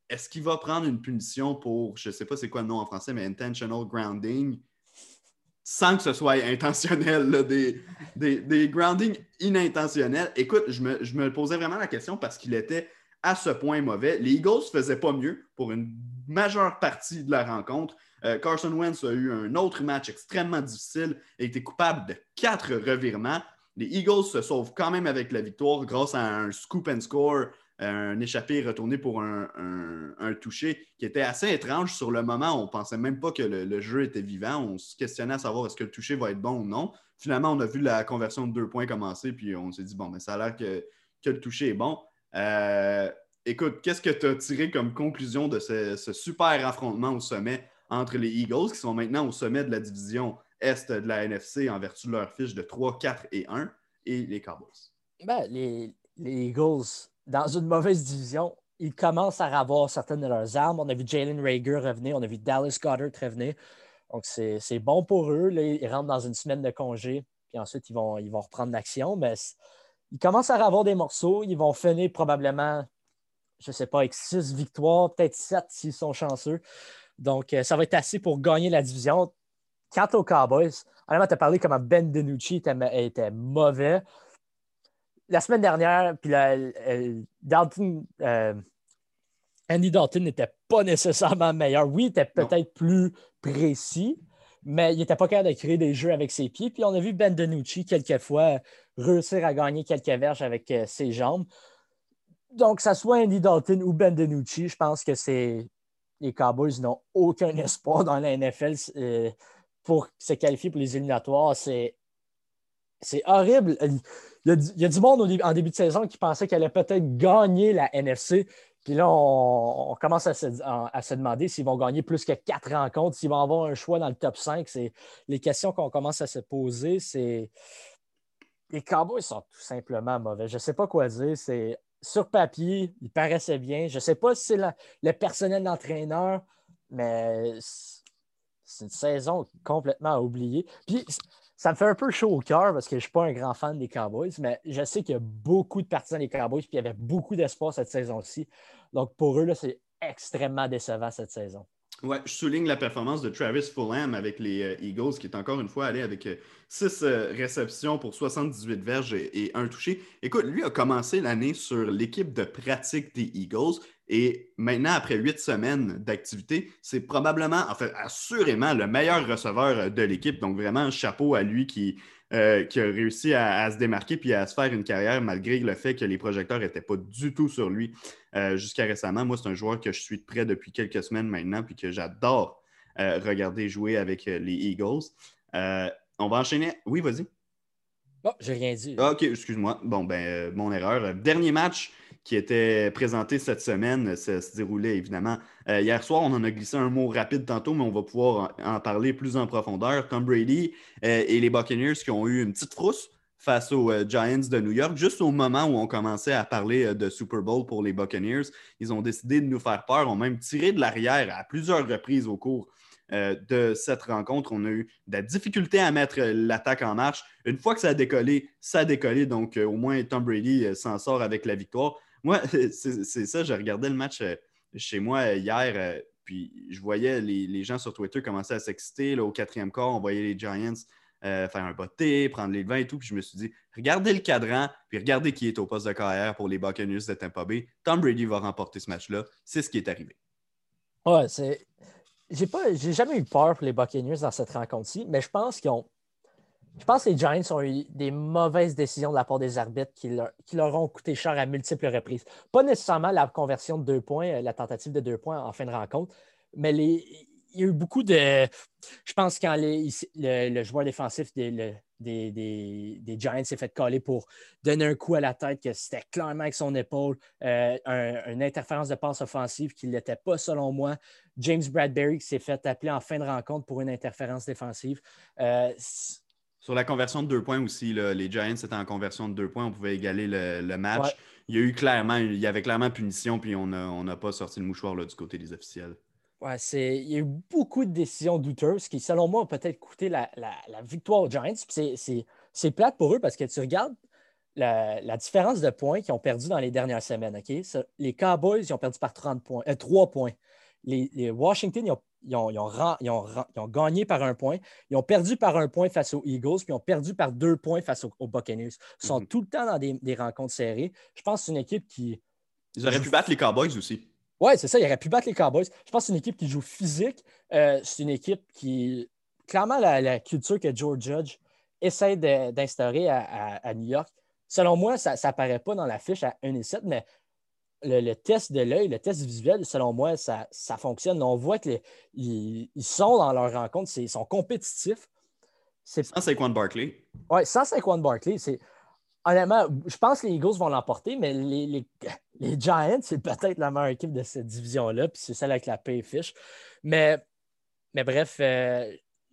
est-ce qu'il va prendre une punition pour, je ne sais pas c'est quoi le nom en français, mais intentional grounding, sans que ce soit intentionnel, là, des, des, des groundings inintentionnels? Écoute, je me, je me posais vraiment la question parce qu'il était à ce point mauvais. Les Eagles ne faisaient pas mieux pour une majeure partie de la rencontre. Euh, Carson Wentz a eu un autre match extrêmement difficile et était coupable de quatre revirements. Les Eagles se sauvent quand même avec la victoire grâce à un scoop and score, un échappé retourné pour un, un, un toucher qui était assez étrange. Sur le moment, on ne pensait même pas que le, le jeu était vivant. On se questionnait à savoir est-ce que le toucher va être bon ou non. Finalement, on a vu la conversion de deux points commencer, puis on s'est dit, bon, ben, ça a l'air que, que le toucher est bon. Euh, écoute, qu'est-ce que tu as tiré comme conclusion de ce, ce super affrontement au sommet entre les Eagles, qui sont maintenant au sommet de la division Est de la N F C en vertu de leur fiche de trois, quatre et un, et les Cowboys? Ben, les, les Eagles, dans une mauvaise division, ils commencent à avoir certaines de leurs armes. On a vu Jalen Reagor revenir, on a vu Dallas Goedert revenir. Donc, c'est, c'est bon pour eux. Là, ils rentrent dans une semaine de congé, puis ensuite, ils vont, ils vont reprendre l'action. Mais ils commencent à avoir des morceaux. Ils vont finir probablement, je ne sais pas, avec six victoires, peut-être sept s'ils sont chanceux. Donc, ça va être assez pour gagner la division. Quant aux Cowboys, honnêtement, tu as parlé comment Ben DiNucci était, était mauvais. La semaine dernière, puis la, euh, Dalton, euh, Andy Dalton n'était pas nécessairement meilleur. Oui, il était peut-être non. plus précis, mais il n'était pas capable de créer des jeux avec ses pieds. Puis on a vu Ben DiNucci, quelquefois, réussir à gagner quelques verges avec euh, ses jambes. Donc, que ce soit Andy Dalton ou Ben DiNucci, je pense que c'est les Cowboys n'ont aucun espoir dans la N F L euh, pour se qualifier pour les éliminatoires. C'est, c'est horrible. Il y, a du, il y a du monde au, en début de saison qui pensait qu'elle allait peut-être gagner la N F C. Puis là, on, on commence à se, à, à se demander s'ils vont gagner plus que quatre rencontres, s'ils vont avoir un choix dans le top cinq. C'est, les questions qu'on commence à se poser, c'est les Cowboys sont tout simplement mauvais. Je ne sais pas quoi dire. C'est sur papier, il paraissait bien. Je ne sais pas si c'est la, le personnel d'entraîneur, mais c'est une saison complètement oubliée. Puis, ça me fait un peu chaud au cœur parce que je ne suis pas un grand fan des Cowboys, mais je sais qu'il y a beaucoup de partisans des Cowboys puis il y avait beaucoup d'espoir cette saison-ci. Donc, pour eux, là, c'est extrêmement décevant cette saison. Ouais, je souligne la performance de Travis Fulham avec les euh, Eagles, qui est encore une fois allé avec euh, six euh, réceptions pour soixante-dix-huit verges et, et un touché. Écoute, lui a commencé l'année sur l'équipe de pratique des Eagles et maintenant, après huit semaines d'activité, c'est probablement, en fait, assurément le meilleur receveur de l'équipe. Donc, vraiment, chapeau à lui qui, euh, qui a réussi à, à se démarquer puis à se faire une carrière malgré le fait que les projecteurs n'étaient pas du tout sur lui. Euh, jusqu'à récemment, moi, c'est un joueur que je suis de près depuis quelques semaines maintenant puis que j'adore euh, regarder jouer avec euh, les Eagles. Euh, on va enchaîner. Oui, vas-y. Oh, j'ai rien dit. Ah, OK, excuse-moi. Bon, ben, euh, mon erreur. Dernier match qui était présenté cette semaine, ça se déroulait évidemment euh, hier soir. On en a glissé un mot rapide tantôt, mais on va pouvoir en, en parler plus en profondeur. Tom Brady euh, et les Buccaneers qui ont eu une petite frousse face aux euh, Giants de New York. Juste au moment où on commençait à parler euh, de Super Bowl pour les Buccaneers, ils ont décidé de nous faire peur, ont même tiré de l'arrière à plusieurs reprises au cours euh, de cette rencontre. On a eu de la difficulté à mettre l'attaque en marche. Une fois que ça a décollé, ça a décollé. Donc, euh, au moins, Tom Brady euh, s'en sort avec la victoire. Moi, c'est, c'est ça, je regardais le match euh, chez moi hier, euh, puis je voyais les, les gens sur Twitter commencer à s'exciter. Là, au quatrième quart, on voyait les Giants Euh, faire un botté, prendre les devants et tout. Puis je me suis dit, regardez le cadran, puis regardez qui est au poste de carrière pour les Buccaneers de Tampa Bay. Tom Brady va remporter ce match-là. C'est ce qui est arrivé. Ouais, c'est. J'ai pas, j'ai jamais eu peur pour les Buccaneers dans cette rencontre-ci, mais je pense qu'ils ont. Je pense que les Giants ont eu des mauvaises décisions de la part des arbitres qui leur, qui leur ont coûté cher à multiples reprises. Pas nécessairement la conversion de deux points, la tentative de deux points en fin de rencontre, mais les, il y a eu beaucoup de. Je pense quand les, le, le joueur défensif des, le, des, des, des Giants s'est fait coller pour donner un coup à la tête, que c'était clairement avec son épaule, euh, un, une interférence de passe offensive qui ne l'était pas selon moi. James Bradbury qui s'est fait appeler en fin de rencontre pour une interférence défensive. Euh, Sur la conversion de deux points aussi, là, les Giants étaient en conversion de deux points, on pouvait égaler le, le match. Ouais. Il y a eu clairement, il y avait clairement punition, puis on n'a on pas sorti le mouchoir là, du côté des officiels. Ouais, c'est... Il y a eu beaucoup de décisions douteuses qui, selon moi, ont peut-être coûté la, la, la victoire aux Giants. C'est, c'est, c'est plate pour eux parce que tu regardes la, la différence de points qu'ils ont perdu dans les dernières semaines. Okay? Ça, les Cowboys, ils ont perdu par trente points, euh, trois points. Les, les Washington, ils ont, ils, ont, ils, ont, ils, ont, ils ont gagné par un point. Ils ont perdu par un point face aux Eagles, puis ils ont perdu par deux points face aux, aux Buccaneers. Ils sont mm-hmm. tout le temps dans des, des rencontres serrées. Je pense que c'est une équipe qui... Ils auraient pu battre les Cowboys aussi. Oui, c'est ça. Ils auraient pu battre les Cowboys. Je pense que c'est une équipe qui joue physique. Euh, c'est une équipe qui... Clairement, la, la culture que Joe Judge essaie de, d'instaurer à, à, à New York, selon moi, ça n'apparaît pas dans la fiche à un et sept, mais le, le test de l'œil, le test visuel, selon moi, ça, ça fonctionne. On voit qu'ils ils sont dans leur rencontre, ils sont compétitifs. C'est... Sans Saquon Barkley. Oui, sans Saquon Barkley. C'est... Honnêtement, je pense que les Eagles vont l'emporter, mais les, les, les Giants, c'est peut-être la meilleure équipe de cette division-là, puis c'est celle avec la pay fiche. Mais, mais bref, euh,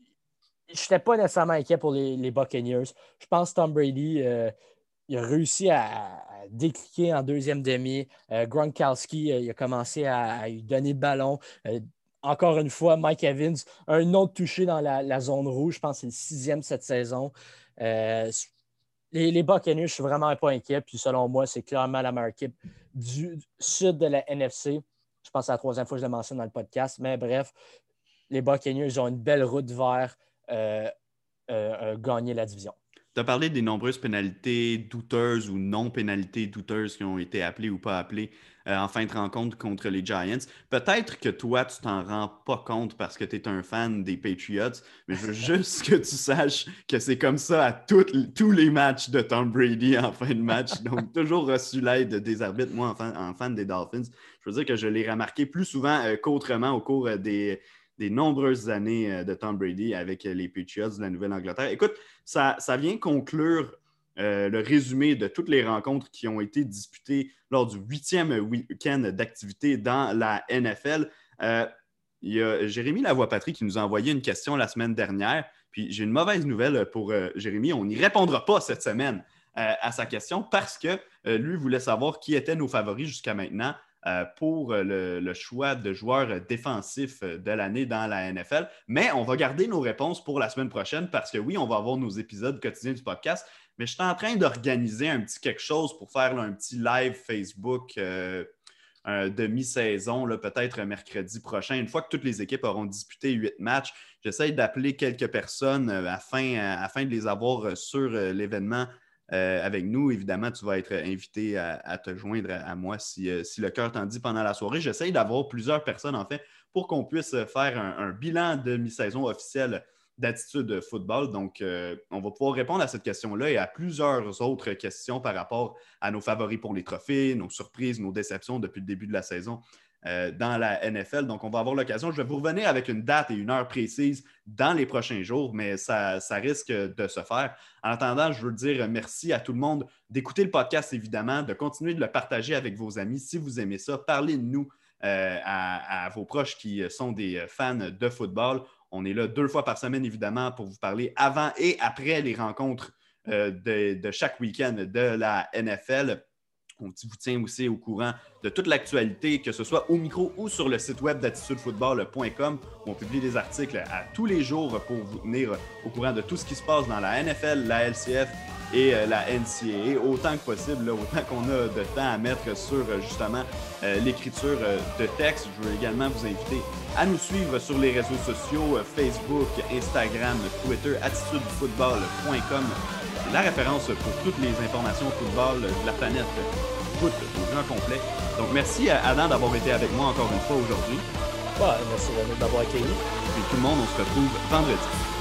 je n'étais pas nécessairement inquiet pour les, les Buccaneers. Je pense que Tom Brady, euh, il a réussi à, à décliquer en deuxième demi. Euh, Gronkowski, euh, il a commencé à, à lui donner le ballon. Euh, encore une fois, Mike Evans, un autre touché dans la, la zone rouge. Je pense que c'est le sixième cette saison. Euh, les, les Buccaneers, je ne suis vraiment pas inquiet. Puis selon moi, c'est clairement la meilleure équipe du, du sud de la N F C. Je pense que c'est la troisième fois que je le mentionne dans le podcast. Mais bref, les Buccaneers ils ont une belle route vers euh, euh, euh, gagner la division. Tu as parlé des nombreuses pénalités douteuses ou non-pénalités douteuses qui ont été appelées ou pas appelées euh, en fin de rencontre contre les Giants. Peut-être que toi, tu t'en rends pas compte parce que tu es un fan des Patriots, mais je veux juste que tu saches que c'est comme ça à tout, tous les matchs de Tom Brady en fin de match. Donc, toujours reçu l'aide des arbitres. Moi, en fan, en fan des Dolphins, je veux dire que je l'ai remarqué plus souvent euh, qu'autrement au cours euh, des... des nombreuses années de Tom Brady avec les Patriots de la Nouvelle-Angleterre. Écoute, ça, ça vient conclure euh, le résumé de toutes les rencontres qui ont été disputées lors du huitième week-end d'activité dans la N F L. Euh, il y a Jérémy Lavoie-Patry qui nous a envoyé une question la semaine dernière. Puis j'ai une mauvaise nouvelle pour euh, Jérémy. On n'y répondra pas cette semaine euh, à sa question parce que euh, lui voulait savoir qui étaient nos favoris jusqu'à maintenant pour le, le choix de joueurs défensifs de l'année dans la N F L. Mais on va garder nos réponses pour la semaine prochaine parce que oui, on va avoir nos épisodes quotidiens du podcast, mais je suis en train d'organiser un petit quelque chose pour faire là, un petit live Facebook euh, euh, de mi-saison, là, peut-être mercredi prochain. Une fois que toutes les équipes auront disputé huit matchs, j'essaie d'appeler quelques personnes euh, afin, euh, afin de les avoir sur euh, l'événement Euh, avec nous. Évidemment, tu vas être invité à, à te joindre à, à moi si, euh, si le cœur t'en dit pendant la soirée. J'essaie d'avoir plusieurs personnes, en fait, pour qu'on puisse faire un, un bilan de mi-saison officiel d'Attitude Football. Donc, euh, on va pouvoir répondre à cette question-là et à plusieurs autres questions par rapport à nos favoris pour les trophées, nos surprises, nos déceptions depuis le début de la saison euh, dans la N F L. Donc, on va avoir l'occasion. Je vais vous revenir avec une date et une heure précise dans les prochains jours, mais ça, ça risque de se faire. En attendant, je veux dire merci à tout le monde d'écouter le podcast, évidemment, de continuer de le partager avec vos amis. Si vous aimez ça, parlez de nous euh, à, à vos proches qui sont des fans de football. On est là deux fois par semaine, évidemment, pour vous parler avant et après les rencontres euh, de, de chaque week-end de la N F L. On vous tient aussi au courant de toute l'actualité, que ce soit au micro ou sur le site web d'attitude football point com, où on publie des articles à tous les jours pour vous tenir au courant de tout ce qui se passe dans la N F L, la L C F et la N C A A, autant que possible, là, autant qu'on a de temps à mettre sur justement euh, l'écriture de texte. Je veux également vous inviter à nous suivre sur les réseaux sociaux, Facebook, Instagram, Twitter, attitude football point com. C'est la référence pour toutes les informations football de la planète foot au grand complet. Donc, merci à Adam d'avoir été avec moi encore une fois aujourd'hui. Ouais, merci d'avoir accueilli. Et tout le monde, on se retrouve vendredi.